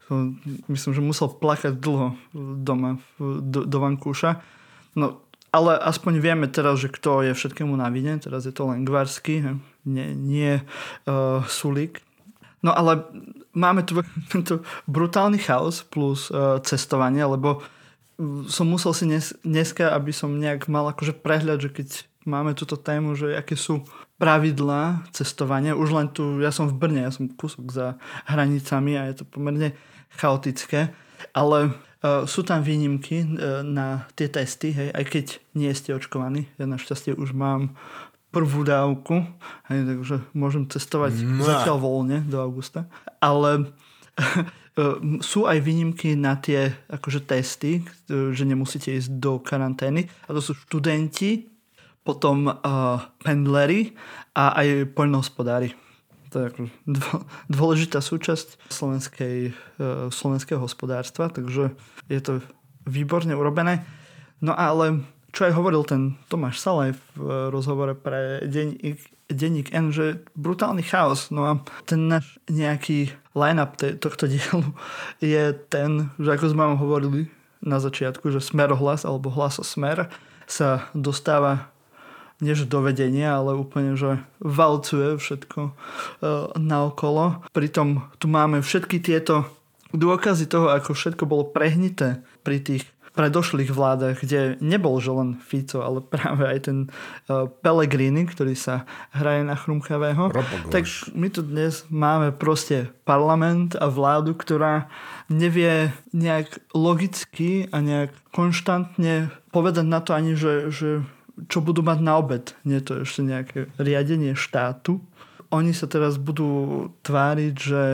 Myslím, že musel plakať dlho doma do, do vankúša. No, ale aspoň vieme teraz, že kto je všetkému na vine. Teraz je to Lengvarsky, nie, nie uh, Sulík. No ale máme tu tento brutálny chaos plus uh, cestovanie, lebo som musel si dnes, dneska, aby som nejak mal akože prehľad, že keď máme túto tému, že aké sú pravidlá cestovania. Už len tu, ja som v Brne, ja som kúsok za hranicami a je to pomerne chaotické, ale uh, sú tam výnimky uh, na tie testy, hej, aj keď nie ste očkovaní. Ja našťastie už mám prvú dávku, hej, takže môžem cestovať no. zatiaľ voľne do augusta. Ale uh, sú aj výnimky na tie akože testy, uh, že nemusíte ísť do karantény. A to sú študenti, potom uh, pendleri a aj poľnohospodári. To je ako dôležitá súčasť slovenskej, uh, slovenského hospodárstva, takže je to výborne urobené. No ale čo aj hovoril ten Tomáš Salaj v uh, rozhovore pre denník, denník N, že brutálny chaos. No a ten náš nejaký line-up te, tohto dielu je ten, že ako sme vám hovorili na začiatku, že Smerohlas alebo Hlasosmer sa dostáva než do vedenia, ale úplne, že valcuje všetko e, naokolo. Pritom tu máme všetky tieto dôkazy toho, ako všetko bolo prehnité pri tých predošlých vládach, kde nebol že len Fico, ale práve aj ten e, Pellegrini, ktorý sa hraje na chrumkavého. Ropogoš. Tak my tu dnes máme proste parlament a vládu, ktorá nevie nejak logicky a nejak konštantne povedať na to ani, že, že čo budú mať na obed. Nie je to ešte nejaké riadenie štátu. Oni sa teraz budú tváriť, že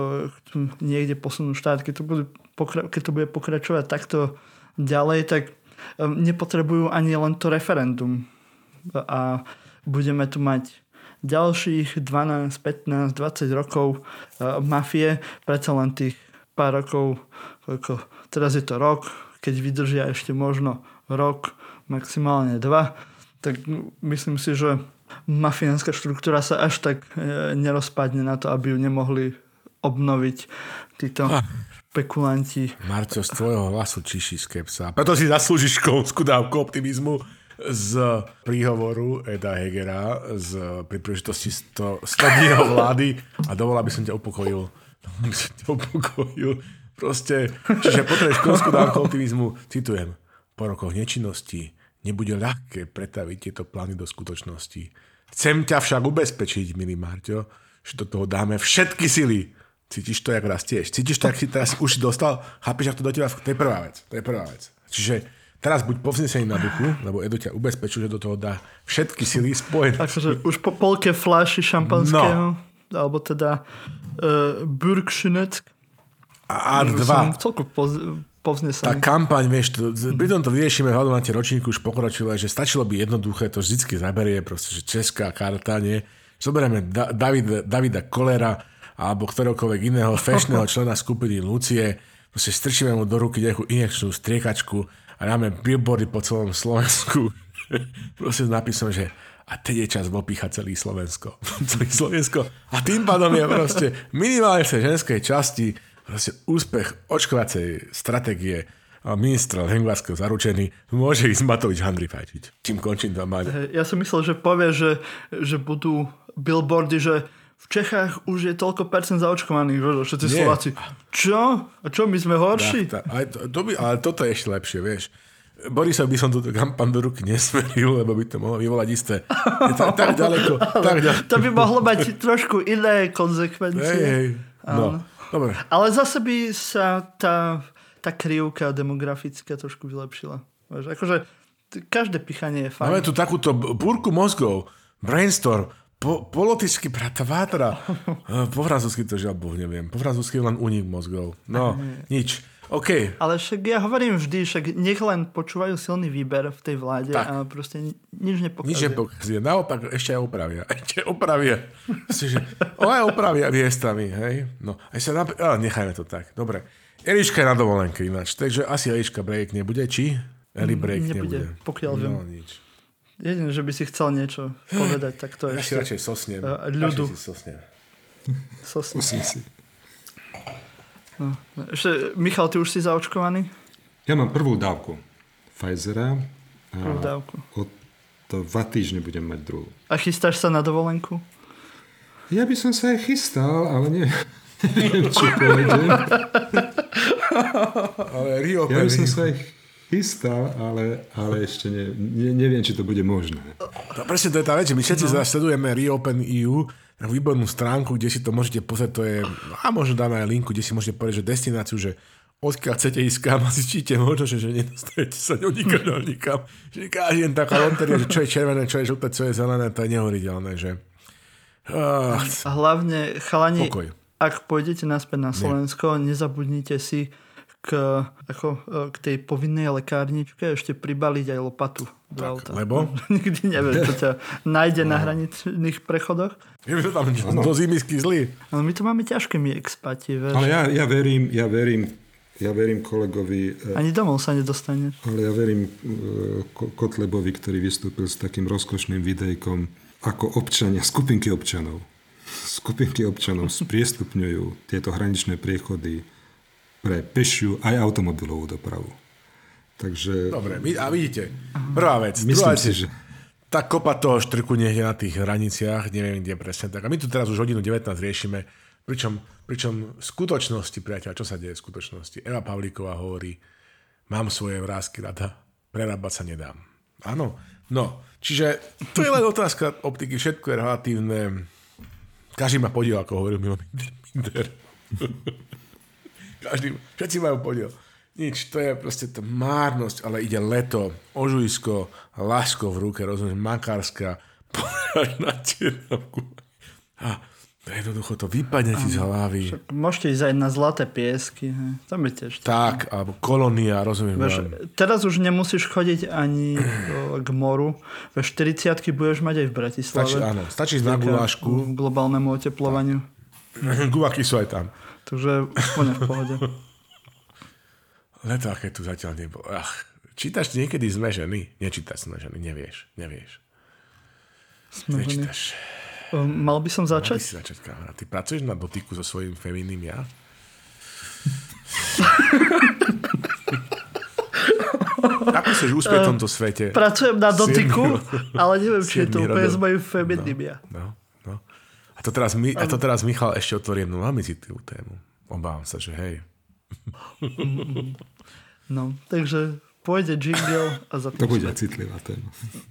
uh, niekde posunú štát. Keď to, bude pokra- keď to bude pokračovať takto ďalej, tak um, nepotrebujú ani len to referendum. A budeme tu mať ďalších dvanásť, pätnásť, dvadsať rokov uh, mafie. Predsa len tých pár rokov, koľko, teraz je to rok, keď vydržia ešte možno rok, maximálne dva, tak myslím si, že mafiánska štruktúra sa až tak e, nerozpadne na to, aby ju nemohli obnoviť títo ah. špekulanti. Marťo, z tvojho hlasu čiší skepsa. Preto si zaslúžiš konskú dávku optimizmu z príhovoru Eda Hegera z, pri príležitosti sto dní vlády a dovol, aby som ťa upokojil. Aby som ťa upokojil. Proste, čiže potrebuješ konskú dávku optimizmu. Citujem. Po rokoch nečinnosti nebude ľahké pretaviť tieto plány do skutočnosti. Chcem ťa však ubezpečiť, milý Marťo, že do toho dáme všetky sily. Cítiš to, jak rastieš? Cítiš to, jak si teraz už dostal? Chápeš, jak to do teba? To je prvá vec. To je prvá vec. Čiže teraz buď povznesený na duchu, lebo Edo ťa ubezpečil, že do toho dá všetky sily spojené. Takže už po polke fľaši šampanského, no. alebo teda uh, Burgschüneck. A dva. Som celku poz- povznesený. Tá kampaň, vieš, to, pri tom to vyriešime hľadom na tie ročníku už pokročilé, že stačilo by jednoduché, to vždycky zaberie, proste, že česká karta, nie? Zoberieme da- David, Davida Kollera alebo ktoréhokoľvek iného fešného člena skupiny Lucie, proste strčíme mu do ruky nejakú injekčnú striekačku a dáme billboardy po celom Slovensku. Proste s nápisom, že a teď je čas vopíchať celý Slovensko. celý Slovensko. A tým pádom je proste minimálne v tej ženskej časti proste úspech očkovacej stratégie ministra Lengvarského zaručený, môže ísť Matovič Handri fajčiť. Čím končím tam mať. Ja som myslel, že povie, že, že budú billboardy, že v Čechách už je toľko percent zaočkovaných, všetci Slováci. Čo? A čo, my sme horší? Tak, tak, ale, to, to by, ale toto je ešte lepšie, vieš. Borisovi by som túto kampaň do ruky nesmeril, lebo by to mohlo vyvolať isté. Je to tak ďaleko. Tak ďaleko. To by mohlo mať trošku iné konzekvencie. Hej, hej. No, dobre. Ale zase by sa tá, tá krivka demografická trošku vylepšila. Vieš, akože každé pichanie je fajn. Máme tu takúto búrku mozgov. Brainstorm. Po, politicky brata vátra. Po francúzsky to žiaľ Boh neviem. Po francúzsky len únik mozgov. No, nič. OK. Ale však ja hovorím vždy, však nech len počúvajú silný výber v tej vláde tak. A proste nič nepokazuje. Nič nepokazuje. Naopak ešte aj opravia. Ešte opravia. Že, aj opravia miestami. Hej? No, aj sa nap... Ale nechajme to tak. Dobre. Eliška je na dovolenke ináč. Takže asi Eliška break nebude. Či? Eli break nebude. Nebude, pokiaľ viem. No, nič. Jedine, že by si chcel niečo povedať, tak to je ja ešte... Ja si radšej sosnem. Uh, ľudu. Radšej si sosnem. Sosnem. Sosnem si. No. Ešte, Michal, ty už si zaočkovaný? Ja mám prvú dávku Pfizera. A prvú dávku. Od dva týždne budem mať druhú. A chystáš sa na dovolenku? Ja by som sa aj chystal, ale nie, neviem, čo pôjdem. Ale Rio Ja by som sa aj chystal, ale, ale ešte ne, ne, neviem, či to bude možné. No, presne to je tá vec, že my všetci no. sledujeme Reopen é ú, na výbornú stránku, kde si to môžete pozrieť, to je, a možno dáme aj linku, kde si môžete povedať, že destináciu, že odkiaľ chcete ísť kam a zistíte možno, že, že nedostanete sa nikam, nikam. Že každý jen taká lonteria, že čo je červené, čo je žlté, čo je zelené, to je neuveriteľné, že... Uh, a hlavne, chalani, pokoj. Ak pôjdete naspäť na Slovensko, Nie. nezabudnite si k, ako, k tej povinnej lekárničke ešte pribaliť aj lopatu do tak, auta. Lebo? Nikdy neviem, čo ťa nájde no. na hraničných prechodoch. Je to tam no. do zimy skýzli. Ale my to máme ťažké, my expati. Vieš. Ale ja, ja verím, ja verím, ja verím kolegovi... Ani domov sa nedostaneš. Ale ja verím Kotlebovi, ktorý vystúpil s takým rozkošným videjkom, ako občania, skupinky občanov. Skupinky občanov spriestupňujú tieto hraničné priechody pre pešiu aj automobilovú dopravu. Takže... Dobre, my, a vidíte, prvá vec. Myslím druhá si, vec, že... tá kopa toho štrku niekde na tých hraniciach, neviem kde presne tak. A my tu teraz už hodinu devätnásť riešime, pričom, pričom v skutočnosti, priateľ, čo sa deje v skutočnosti? Eva Pavlíková hovorí, mám svoje vrásky rada, prerábať sa nedám. Áno, no, čiže to je len otázka optiky, všetko je relatívne. Každý má podiel, ako hovoril Milo Minder. Každý, všetci majú podiel. Nič, to je proste to márnosť, ale ide leto, ožujsko, lásko v ruke, rozumieš, makárska, poráž na tieravku. A jednoducho to vypadne ti z hlavy. Môžete ísť aj na Zlaté piesky. Hej. Tam je tiež. Tak, alebo kolónia, rozumieš. Veš, teraz už nemusíš chodiť ani k moru. Ve štyridsiatky budeš mať aj v Bratislave. Stačí, áno, stačí na gulášku. Globálnemu oteplovaniu. Guláky sú aj tam. Takže úplne v pohode. Leto, aké tu zatiaľ nebolo. Ach, čítaš niekedy Sme ženy? Nečítaš Sme ženy, nevieš. Nevieš. Sme Nečítaš. Um, mal by som začať? Mal by si začať, kamarát. Ty pracuješ na dotyku so svojím feminným ja? Ako chceš úspieť v tomto svete? Pracujem na dotyku, ale neviem, či je to úplne s mojím feminným ja. No, no. A to teraz, my, a to teraz Michal ešte otvorí jednu veľmi citlivú tému. Obávam sa, že hej. No, takže pôjde jingle a za to bude citlivá téma.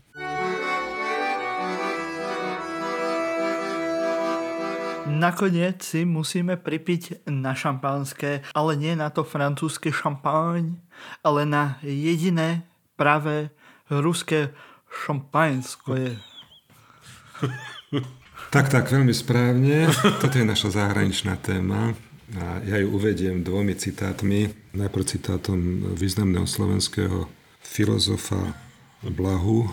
Nakoniec si musíme pripiť na šampanské, ale nie na to francúzske šampáň, ale na jediné pravé ruské šampanské. Tak, tak, veľmi správne. Toto je naša zahraničná téma. A ja ju uvediem dvomi citátmi. Najprv citátom významného slovenského filozofa Blahu.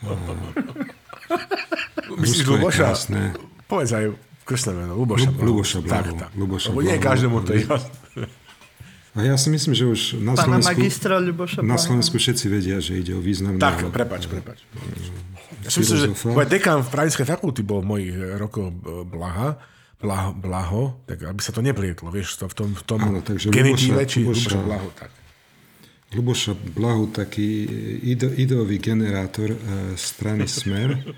Myslíš Luboša? Povedz aj krstné meno. Luboša Blahu. Luboša Blahu. Tak, tak. Luboša Lebo nie každému to je jasné. A ja si myslím, že už na Pána Slovensku, magistra Ľuboša na Slovensku všetci vedia, že ide o významného... Tak, prepač, prepač. Ja si myslím, že môj dekán v právnickej fakulty bol v mojich rokoch Blaha, Blaho, Blaho, tak aby sa to neplietlo, vieš, v tom, v tom Áno, takže genitíve, či Luboša, Luboša Blahu, tak. Luboša Blahu, taký ide, ideový generátor uh, strany Smer, uh,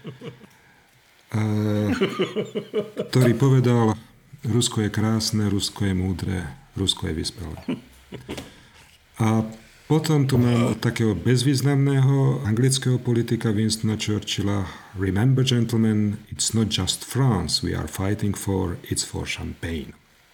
ktorý povedal, Rusko je krásne, Rusko je múdre, Rusko je vyspelé. A Potom tu mám od takého bezvýznamného anglického politika Winstona Churchilla: Remember, gentlemen, it's not just France we are fighting for, it's for champagne.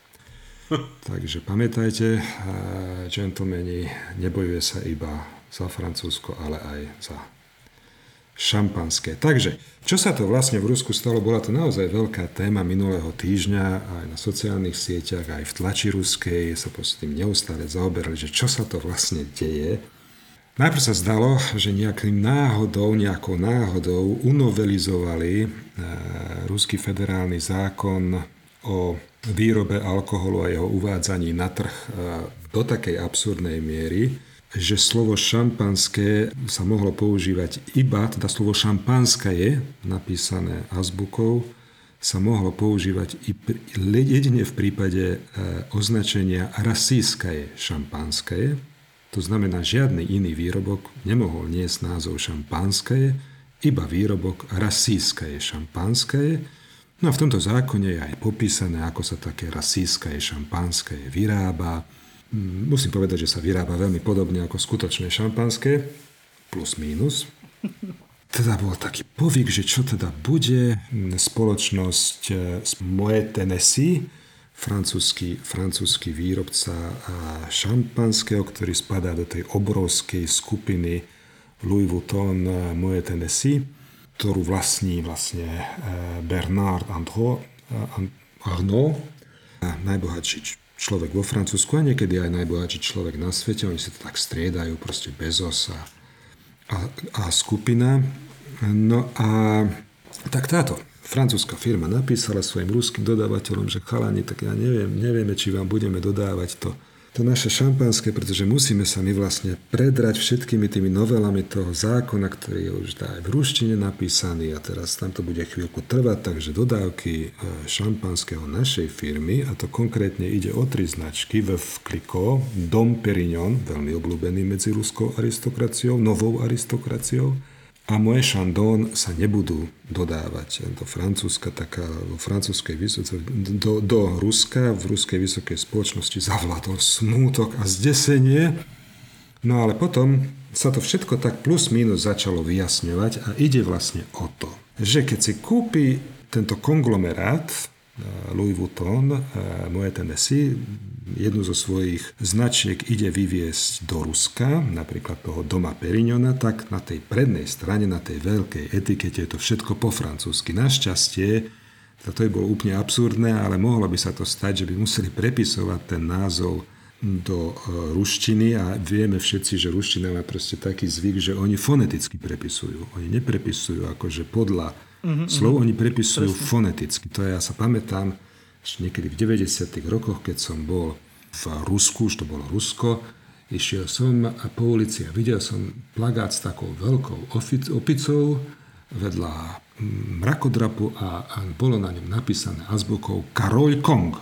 Takže pamätajte, gentlemani, nebojuje sa iba za Francúzsko, ale aj za šampanské. Takže, čo sa to vlastne v Rusku stalo? Bola to naozaj veľká téma minulého týždňa, aj na sociálnych sieťach, aj v tlači ruskej sa po s tým neustále zaoberali, že čo sa to vlastne deje. Najprv sa zdalo, že nejakým náhodou, nejakou náhodou unovelizovali e, ruský federálny zákon o výrobe alkoholu a jeho uvádzaní na trh e, do takej absurdnej miery, že slovo šampanské sa mohlo používať iba, teda slovo šampanské napísané azbukou sa mohlo používať jedine v prípade označenia rasijské šampanské. To znamená, žiadny iný výrobok nemohol niesť názov šampanské, iba výrobok rasijské šampanské. No a v tomto zákone je aj popísané, ako sa také rasijské šampanské vyrába. Musím povedať, že sa vyrába veľmi podobne ako skutočné šampanské, plus mínus. Teda bol taký povyk, že čo teda bude. Spoločnosť Moet Hennessy, francúzsky, francúzsky výrobca šampanského, ktorý spadá do tej obrovskej skupiny Louis Vuitton Moet Hennessy, ktorú vlastní vlastne Bernard Arnault, najbohatší človek vo Francúzsku a niekedy aj najbohatší človek na svete. Oni si to tak striedajú, proste Bezos a, a, a skupina. No a tak táto francúzska firma napísala svojim ruským dodávateľom, že chalani, tak ja neviem, nevieme, či vám budeme dodávať to, to naše šampanské, pretože musíme sa my vlastne predrať všetkými tými novelami toho zákona, ktorý je už aj v ruštine napísaný a teraz tam to bude chvíľku trvať, takže dodávky šampanského našej firmy, a to konkrétne ide o tri značky: Veuve Clicquot, Dom Pérignon, veľmi obľúbený medzi ruskou aristokraciou, novou aristokraciou, a Moët Chandon sa nebudú dodávať do Francúzska, taká vo francúzskej vysoké, do, do Ruska, v ruskej vysokej spoločnosti zavládol smútok a zdesenie. No ale potom sa to všetko tak plus minus začalo vyjasňovať a ide vlastne o to, že keď si kúpi tento konglomerát Louis Vuitton, Moet Hennessy, jednu zo svojich značiek ide vyviesť do Ruska, napríklad toho Doma Pérignona, tak na tej prednej strane, na tej veľkej etikete je to všetko po francúzsky. Našťastie, to je bolo úplne absurdné, ale mohlo by sa to stať, že by museli prepisovať ten názov do ruštiny a vieme všetci, že ruština má proste taký zvyk, že oni foneticky prepisujú. Oni neprepisujú akože podľa mm-hmm, slov, oni prepisujú presne foneticky. To ja sa pamätám, niekedy v deväťdesiatych rokoch, keď som bol v Rusku, už to bolo Rusko, išiel som po ulici a videl som plagát s takou veľkou opicou vedľa mrakodrapu a, a bolo na ňom napísané azbukou Karol Kong.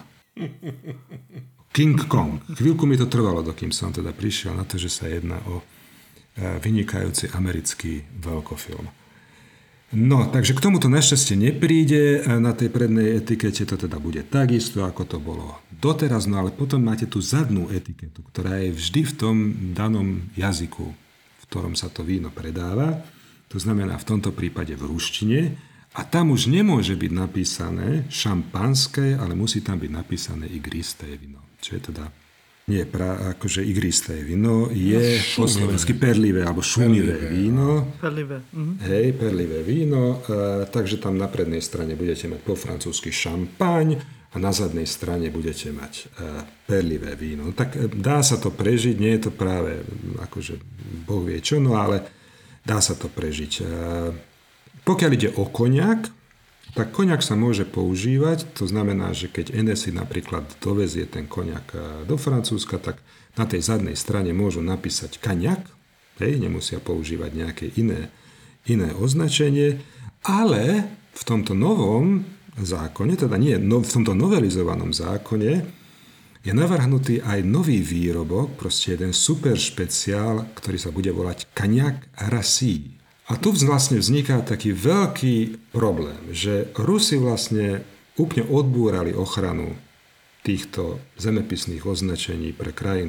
King Kong. Chvíľku mi to trvalo, dokým som teda prišiel na to, že sa jedná o vynikajúci americký veľkofilm. No, takže k tomuto našťastie nepríde. Na tej prednej etikete to teda bude takisto, ako to bolo doteraz, no ale potom máte tú zadnú etiketu, ktorá je vždy v tom danom jazyku, v ktorom sa to víno predáva. To znamená v tomto prípade v ruštine. A tam už nemôže byť napísané šampanské, ale musí tam byť napísané igristé víno. Čo je teda nie pra, akože igristé víno, je no, po slovensky perlivé alebo šumivé víno. Perlivé. Mhm. Hej, perlivé víno. E, takže tam na prednej strane budete mať po francúzsky šampaň a na zadnej strane budete mať e, perlivé víno. Tak e, dá sa to prežiť, nie je to práve akože Boh vie čo, no ale dá sa to prežiť. E, pokiaľ ide o koniak, tak koniak sa môže používať, to znamená, že keď Hennessy napríklad dovezie ten koniak do Francúzska, tak na tej zadnej strane môžu napísať kaniak, hej, nemusia používať nejaké iné, iné označenie, ale v tomto novom zákone, teda nie, no, v tomto novelizovanom zákone je navrhnutý aj nový výrobok, proste jeden super špeciál, ktorý sa bude volať kaniak rasí. A tu vlastne vzniká taký veľký problém, že Rusi vlastne úplne odbúrali ochranu týchto zemepisných označení pre krajiny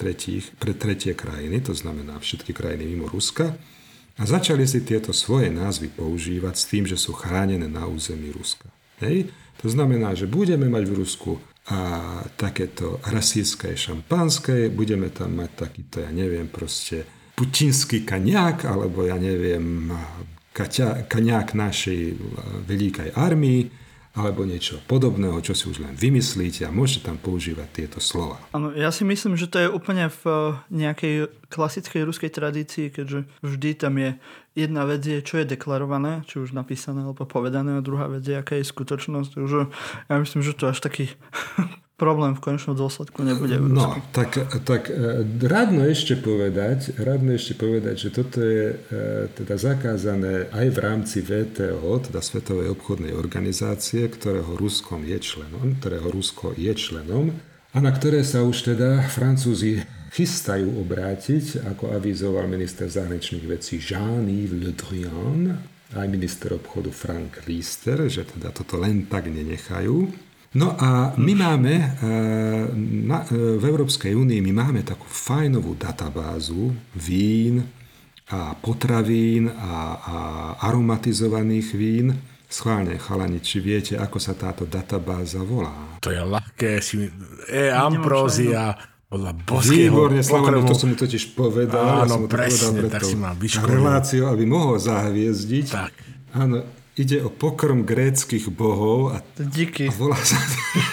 tretích, pre tretie krajiny, to znamená všetky krajiny mimo Ruska, a začali si tieto svoje názvy používať s tým, že sú chránené na území Ruska. Hej? To znamená, že budeme mať v Rusku a takéto rasijské šampanské, budeme tam mať takýto, ja neviem, proste putinský kaňák, alebo ja neviem, kaťa, kaňák našej veľkej armii, alebo niečo podobného, čo si už len vymyslíte a môžete tam používať tieto slova. Áno, ja si myslím, že to je úplne v nejakej klasickej ruskej tradícii, keďže vždy tam je jedna vec je, čo je deklarované, či už napísané alebo povedané, a druhá vec je, aká je skutočnosť. Takže ja myslím, že to až taký problém v konečnom dôsledku nebude v Rusku. No, tak, tak rádno ešte povedať, rádno ešte povedať, že toto je teda zakázané aj v rámci vé té ó, teda Svetovej obchodnej organizácie, ktorého Ruskom je členom, ktorého Rusko je členom a na ktoré sa už teda Francúzi chystajú obrátiť, ako avizoval minister zahraničných vecí Jean-Yves Le Drian, aj minister obchodu Frank Lister, že teda toto len tak nenechajú. No a my máme na, v Európskej únii my máme takú fajnovú databázu vín a potravín a, a aromatizovaných vín. Schválne, chalani, či viete, ako sa táto databáza volá? To je ľahké. E. Ambrózia podľa boského Výborne, Slavonik, to som mu totiž povedal. Áno, ja som presne, tak si mám vyškolil. Reláciu, aby mohol zahviezdiť. Tak. Áno, ide o pokrm gréckych bohov a, Díky. a volá sa...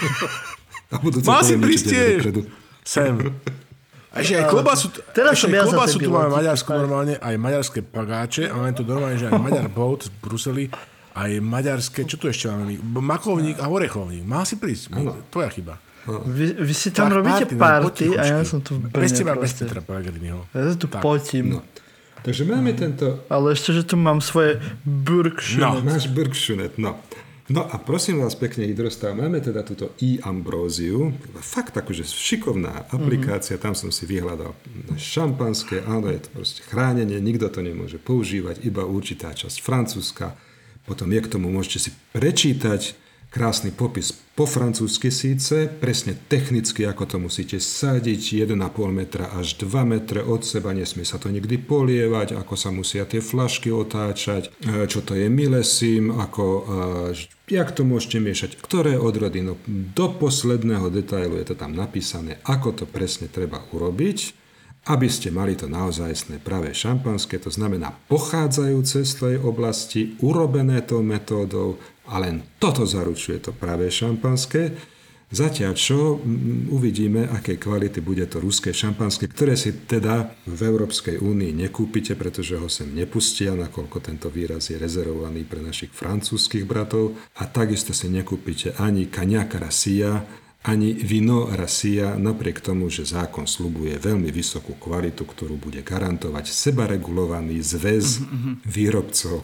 a budú Má si prísť sem. A ešte aj klobasu, Teraz ešte ja klobasu tu máme debil. maďarsku normálne, aj maďarské pagáče, a máme tu normálne, že aj Maďar Boat v Bruseli, aj maďarské, čo tu ešte máme? Makovník a orechovník. Má si prísť, tvoja chyba. Vy, vy si tam Tak, robíte party, party no, a ja som tu bez teba, bez proste. Petra Pellegriniho. Ja sa tu Tak. potím. No. Takže máme tento... Ale ešte, že tu mám svoje burkšunet. No. Máš Bergšunet, no. No a prosím vás pekne, Hydrostav, máme teda túto e-ambróziu, fakt akože šikovná aplikácia, mm-hmm. tam som si vyhľadal šampanské, áno, je to proste chránenie, nikto to nemôže používať, iba určitá časť francúzska, potom je k tomu, môžete si prečítať krásny popis po francúzsky síce, presne technicky, ako to musíte sadiť, jeden a pol metra až dva metre od seba, nesmie sa to nikdy polievať, ako sa musia tie flašky otáčať, čo to je milesim, ako, jak to môžete miešať, ktoré odrody, no do posledného detailu je to tam napísané, ako to presne treba urobiť, aby ste mali to naozajstné pravé šampanské, to znamená pochádzajúce z tej oblasti, urobené tou metódou, a len toto zaručuje to pravé šampanské. Zatiaľ čo uvidíme, aké kvality bude to ruské šampanské, ktoré si teda v Európskej únii nekúpite, pretože ho sem nepustia, nakoľko tento výraz je rezervovaný pre našich francúzskych bratov. A takisto si nekúpite ani kaňaka rasia, ani víno rasia, napriek tomu, že zákon sľubuje veľmi vysokú kvalitu, ktorú bude garantovať sebaregulovaný zväz výrobcov.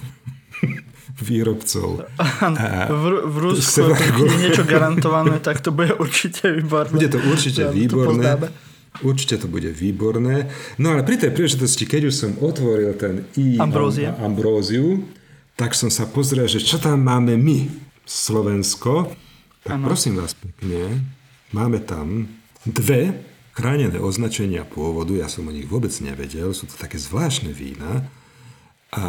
výrobcov. V, v Rusku, keď je niečo garantované, tak to bude určite výborné. Bude to určite ja výborné. To určite to bude výborné. No ale pri tej príležitosti, keď už som otvoril ten i Ambróziu, tak som sa pozrel, že čo tam máme my, Slovensko. Tak ano. Prosím vás pekne, máme tam dve chránené označenia pôvodu. Ja som o nich vôbec nevedel. Sú to také zvláštne vína. A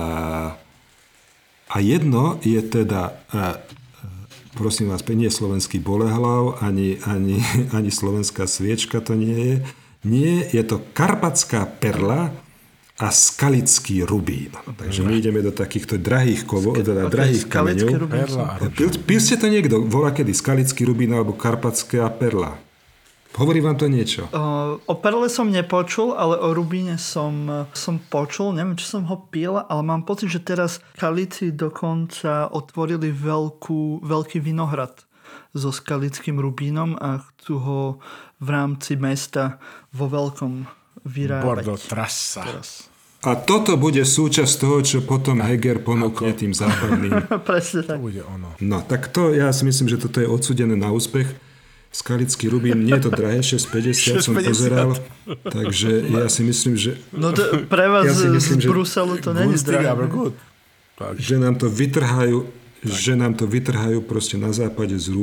A jedno je teda, prosím vás, nie slovenský bolehlav, ani, ani, ani slovenská sviečka to nie je. Nie, je to karpatská perla a skalický rubín. Takže my ideme do takýchto drahých kovov, teda drahých kameňov. Pil, pil ste to niekto? Volá kedy skalický rubín alebo karpatská perla? Hovorí vám to niečo? O, o perle som nepočul, ale o rubíne som, som počul. Neviem, či som ho pil, ale mám pocit, že teraz Skalici dokonca otvorili veľkú, veľký vinohrad so skalickým rubínom a chcú ho v rámci mesta vo veľkom vyrábať. Bordeaux trasa. Teraz. A toto bude súčasť toho, čo potom Heger ponúkne tým západným. Presne tak. To bude ono. No, tak to ja si myslím, že toto je odsúdené na úspech. Skalický rubín, nie je to drahé, šesť päťdesiat som pozeral, takže ja si myslím, že... No to pre vás ja si myslím, z Bruselu to nie je drahé. Že nám to vytrhajú, že nám to vytrhajú proste na západe z rúk.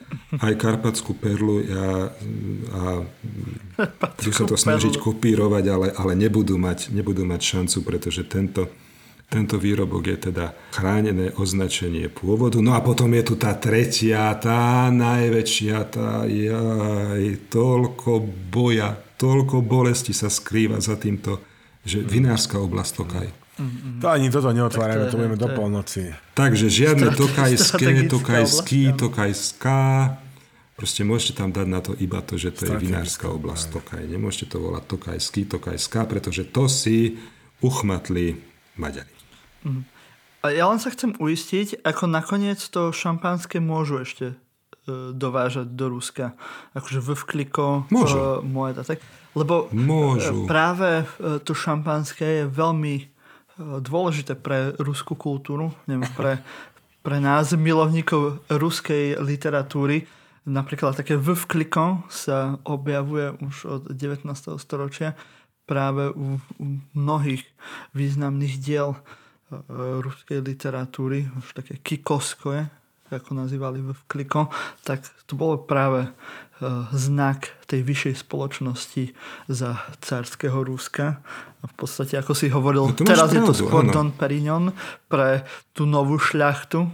aj karpatskú perlu ja, a budú sa to snažiť kopírovať, ale, ale nebudú, mať, nebudú mať šancu, pretože tento, tento výrobok je teda chránené označenie pôvodu. No a potom je tu tá tretia, tá najväčšia, tá jaj, toľko boja, toľko bolesti sa skrýva za týmto, že vinárska oblasť Tokaj. Mm-hmm. To ani toto neotvárame, to budeme do polnoci. Takže žiadne tokajské, tokajský, tokajská. Proste môžete tam dať na to iba to, že to je vinárska oblasť Tokaj. Nemôžete to volať tokajský, tokajská, pretože to si uchmatli Maďari. Mm. A ja len sa chcem uistiť, ako nakoniec to šampanské môžu ešte e, dovážať do Ruska. Akože vvkliko môžu. E, moje, tak. Lebo môžu. E, práve e, to šampanské je veľmi dôležité pre ruskú kultúru, neviem, pre, pre nás, milovníkov ruskej literatúry. Napríklad také vvkliko sa objavuje už od devätnásteho storočia práve u, u mnohých významných diel ruskej literatúry, už také kikoskoje, ako nazývali vvkliko, tak to bolo práve znak tej vyššej spoločnosti za carského Ruska. V podstate, ako si hovoril, no teraz pravdu, je to skôr Don Perignon pre tú novú šľachtu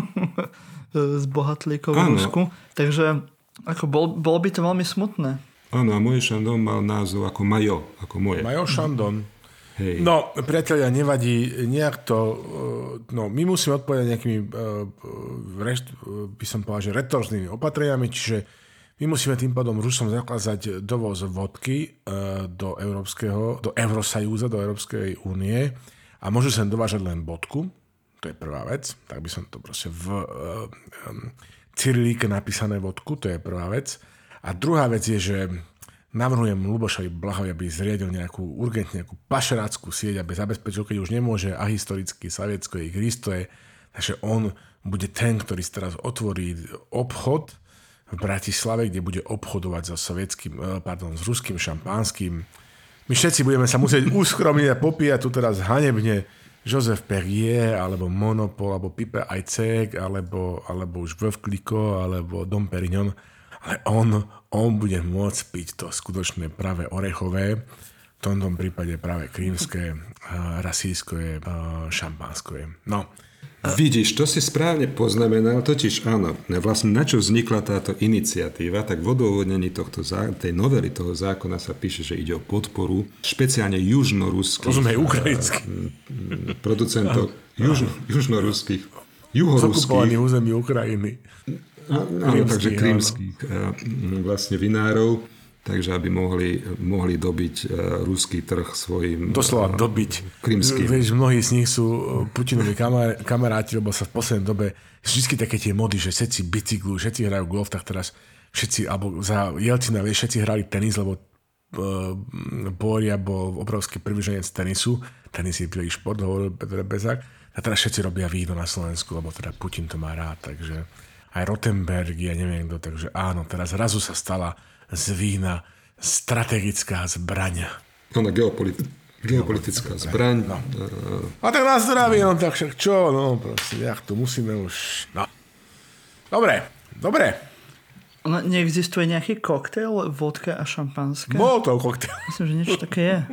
z bohatlíkov v Rusku. Takže ako bol, bolo by to veľmi smutné. Áno, a moje Chandon mal názov ako Majo, ako moje. Majo Chandon. Hej. No, priatelia, nevadí, nejak to, no, my musíme odpovedať nejakými, by som povedal, že retorznými opatreniami, čiže my musíme tým pádom Rusom zakázať dovoz vodky do európskeho, do Eurosajúza, do Európskej únie a môžu sem dovážať len bodku, to je prvá vec, tak by som to proste v um, cyrilíke napísané vodku, to je prvá vec. A druhá vec je, že navrhujem Ľubošovi Blahovi, aby zriadil nejakú urgentne nejakú pašeráckú sieť, aby zabezpečil, keď už nemôže ahistoricky Sovietsko ich ristoje, takže on bude ten, ktorý si teraz otvorí obchod v Bratislave, kde bude obchodovať so sovietským, pardon, s ruským šampanským. My všetci budeme sa musieť uskromniť a popíjať tu teraz hanebne Joseph Perrier, alebo Monopol, alebo Pipe Ajcek, alebo, alebo už Vvkliko, alebo Dom Perignon. Ale on, on bude môcť piť to skutočné práve orechové, v tomto prípade práve krímske, rasijské, šampanské. No. Vidíš, to si správne poznamenal, totiž áno, vlastne na čo vznikla táto iniciatíva, tak v odôvodnení tohto, tej novely toho zákona sa píše, že ide o podporu špeciálne južnoruských rozumej ukrajinských producentov, južno, južnoruských, juhoruských zokupovaných území Ukrajiny. Áno, takže krímskych vlastne vinárov, takže aby mohli, mohli dobiť uh, ruský trh svojim doslova dobiť. Krímskym. Vieš, mnohí z nich sú Putinovi kamer- kamaráti, lebo sa v poslednej dobe vždy také tie mody, že všetci bicyklujú, všetci hrajú golf, tak teraz všetci, alebo za Jelcina, vieš, všetci hrali tenis, lebo uh, Boria bol obrovský privrženec tenisu. Tenis je prvý šport, hovoril Petr Bezák. A teraz všetci robia víno na Slovensku, lebo teda Putin to má rád, takže aj Rottenberg, ja neviem kto, takže áno, teraz razu sa stala z vína strategická zbraň. Ona geopoliti- geopolitická zbraň. No. A tak nás zdraví, no tak však čo, no proste, jak to musíme už, no. Dobre, dobre. No, neexistuje nejaký koktail, vodka a šampanské? Molotov koktail. Myslím, že niečo také je.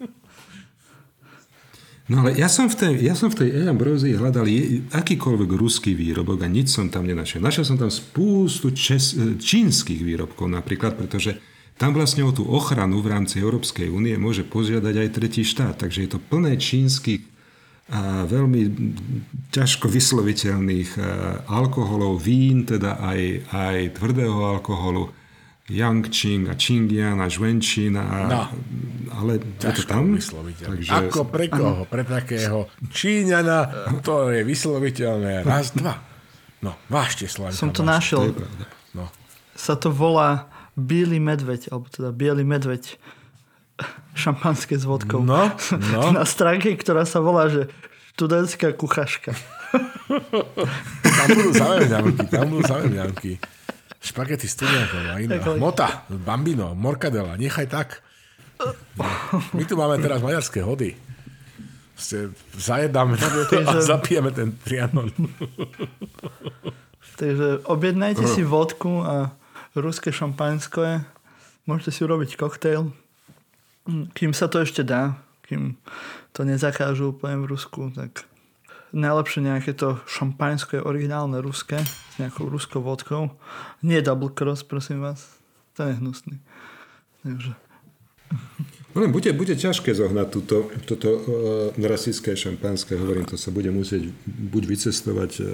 No ale ja som v tej, ja som v tej Ambrózii hľadal je, akýkoľvek ruský výrobok a nič som tam nenašiel. Našiel som tam spústu čes, čínskych výrobkov napríklad, pretože tam vlastne o tú ochranu v rámci Európskej únie môže požiadať aj tretí štát. Takže je to plné čínskych a veľmi ťažko vysloviteľných alkoholov, vín, teda aj, aj tvrdého alkoholu, Yangqing a Qingyan a Zhuangqin a... No. Ale je to tam? Takže... Ako pre koho? Pre takého Číňana to je vysloviteľné. Raz, dva. No, vážte, Slavika. Som to našiel. To no. Sa to volá Bielý medveď, alebo teda Bielý medveď šampanské s vodkou. No, no. Na stránke, ktorá sa volá, že študentská kuchaška. Tam budú zaujímavky, tam budú zaujímavky. Špagety studiakov a iná. Mota, bambino, morkadela, nechaj tak. My tu máme teraz maďarské hody. Zajedáme a zapijeme ten Trianon. Takže objednajte si vodku a ruské šampanské. Môžete si urobiť koktejl. Kým sa to ešte dá, kým to nezakážu úplne v Rusku, tak najlepšie nejaké to šampanské originálne ruské s nejakou ruskou vodkou. Nie double cross, prosím vás. To je hnusný. Takže... No, bude, bude ťažké zohnať túto, toto uh, rasické šampanské, hovorím, to sa bude musieť buď vycestovať uh,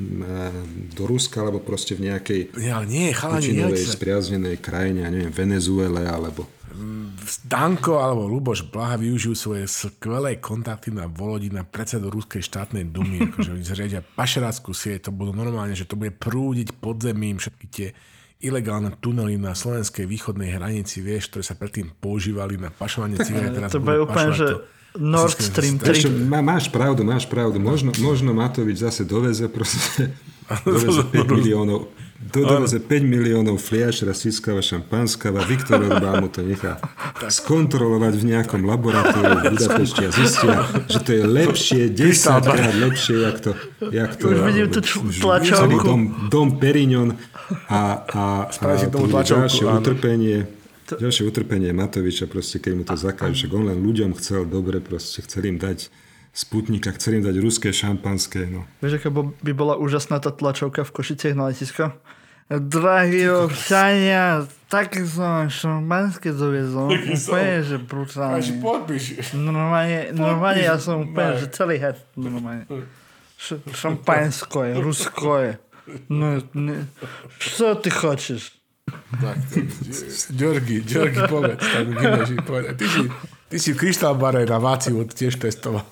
do Ruska, alebo proste v nejakej ja, nie, chalani, pučinovej, spriaznenej krajine, ja neviem, Venezuele, alebo... Danko alebo Luboš Blaha využijú svoje skvelé kontakty na Volodina, predsedu Ruskej štátnej dumy, akože oni zriadia pašeráckú sieť, to budú normálne, že to bude prúdiť podzemím všetky tie ilegálne tunely na slovenskej východnej hranici, vieš, ktoré sa predtým používali na pašovanie cigaret. To bude úplne, že Nord Stream tri. Ešte, má, máš pravdu, máš pravdu. Možno, možno Matovič zase doveze proste, doveze päť miliónov doveze päť miliónov fliaš rasického šampanského a Viktor Orbán mu to nechá skontrolovať v nejakom laboratóriu v Budapešti a zistia, že to je lepšie, desaťkrát lepšie, jak to, jak to už vidím tú tlačovku. Dom, dom Perignon a, a, a to ďalšie utrpenie ďalšie utrpenie Matoviča, proste, keď mu to zakážu, že on len ľuďom chcel dobre, proste chcel im dať Sputnika, chcel im dať ruské šampanské. No. Vieš, aká by bola úžasná tá tlačovka v Košiciach na letisko? Drahí občania, také som šampanské doviezol. Úplne, že brutálne. Až podpíš. Normálne, normálne ja som úplne, že celý het. Normálne. Šampansko je, Rusko je. No, ne, čo ty chceš? Tak, Georgi, Georgi, povedz. Ty si, ty si v Crystal Bare na Váciu tiež testoval.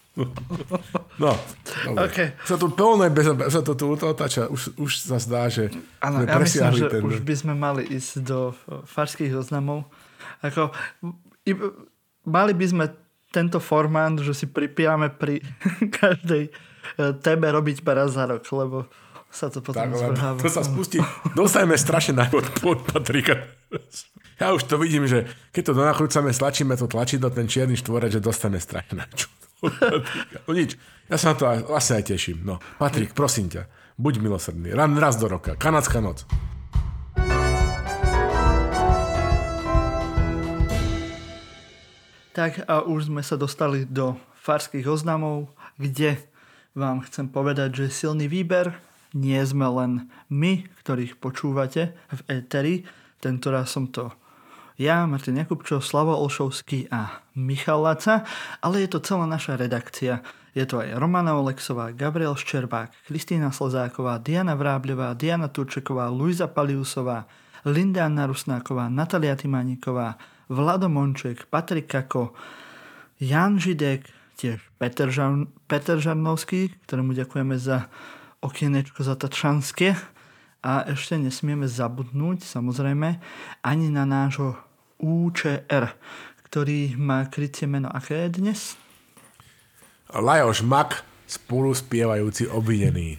No, okay. Sa tu plné, sa to tu otáča, už, už sa zdá, že ano, sme ja myslím, že ten... už by sme mali ísť do farských oznamov. Ako, mali by sme tento formát, že si pripijame pri každej tebe robiť raz za rok, lebo sa to potom zvrháva. To sa spustí. Dostajeme strašne najvod pod Patrika. Ja už to vidím, že keď to donakrúcame, stlačíme to tlačidlo, ten čierny štvorec, že dostane strašne najvod. No nič, ja sa na to vlastne aj teším. No, Patrik, prosím ťa, buď milosrdný. Ran, raz do roka. Kanadská noc. Tak a už sme sa dostali do farských oznamov, kde vám chcem povedať, že silný výber. Nie sme len my, ktorých počúvate v éteri. Tentoraz som to ja, Martin Jakubčo, Slavo Olšovský a Michal Laca, ale je to celá naša redakcia. Je to aj Romana Olexová, Gabriel Ščerbák, Kristýna Slezáková, Diana Vrábľová, Diana Turčeková, Luisa Paliusová, Linda Anna Rusnáková, Natalia Timániková, Vlado Monček, Patrik Kako, Jan Židek, tiež Peter, Žan, Peter Žarnovský, ktorému ďakujeme za okienečko za Tatšanské. A ešte nesmieme zabudnúť, samozrejme, ani na nášho ú čé er, ktorý má krycie meno aké je dnes? Lajos Mak, spolu spievajúci obvinený.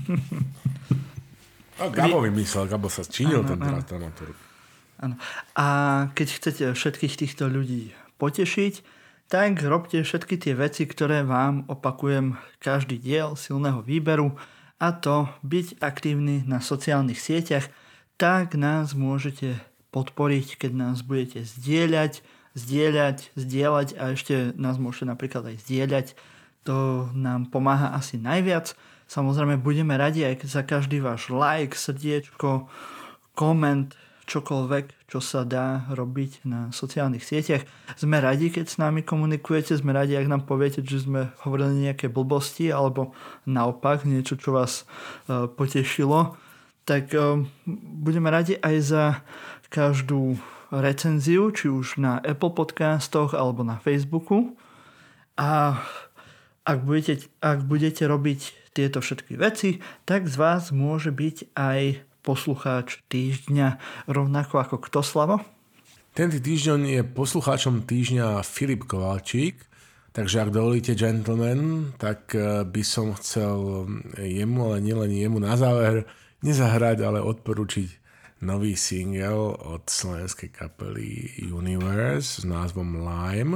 A Gabo vymyslel, Gabo sa činil ten dramaturg. Áno. A keď chcete všetkých týchto ľudí potešiť, tak robte všetky tie veci, ktoré vám opakujem každý diel silného výberu, a to byť aktívny na sociálnych sieťach, tak nás môžete podporiť, keď nás budete zdieľať, zdieľať, zdieľať a ešte nás môžete napríklad aj zdieľať. To nám pomáha asi najviac. Samozrejme budeme radi aj za každý váš like, srdiečko, koment, čokoľvek, čo sa dá robiť na sociálnych sieťach. Sme radi, keď s nami komunikujete, sme radi, ak nám poviete, že sme hovorili nejaké blbosti, alebo naopak niečo, čo vás uh, potešilo. Tak uh, budeme radi aj za každú recenziu, či už na Apple podcastoch, alebo na Facebooku. A ak budete, ak budete robiť tieto všetky veci, tak z vás môže byť aj poslucháč týždňa, rovnako ako kto, Slavo? Tento týždeň je poslucháčom týždňa Filip Kovalčík, takže ak dovolíte, gentleman, tak by som chcel jemu, ale nielen jemu na záver nezahrať, ale odporučiť nový single od slovenskej kapely Universe s názvom Lime.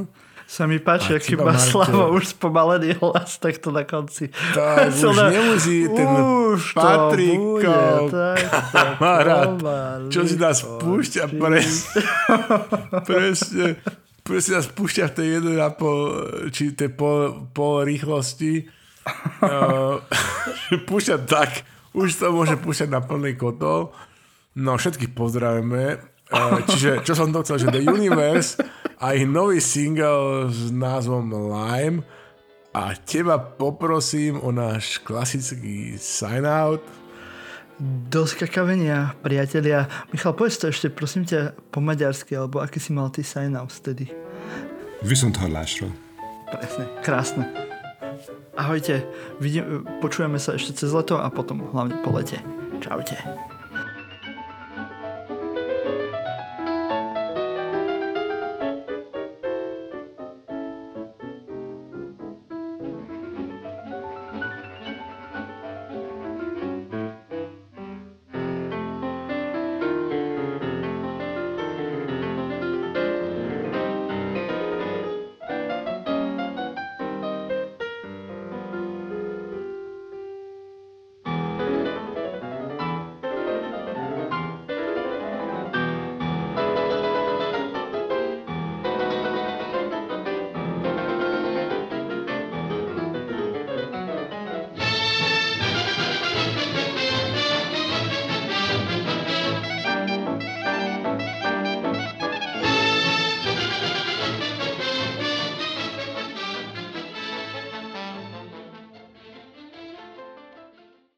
Sa mi páči, aký má Slavo už spomalený hlas takto na konci. Tak, už na... nemusí ten Patrikov, kamarát, čo si nás púšťa presne, presne, presne nás púšťa v tej jeden a pol, či tej pol, pol rýchlosti. Uh, púšťa tak, už to môže púšťať na plný kotol. No, všetkých pozdravíme. Uh, čiže, čo som to chcel, že The Universe a ich nový single s názvom Lime. A teba poprosím o náš klasický sign-out. Do skakavenia, priatelia. Michal, povedz to ešte, prosím ťa, po maďarsky, alebo aký si mal ty sign-out vtedy? Viszont hallásra. Presne, krásne. Ahojte, vidím, počujeme sa ešte cez leto a potom hlavne po lete. Čaute.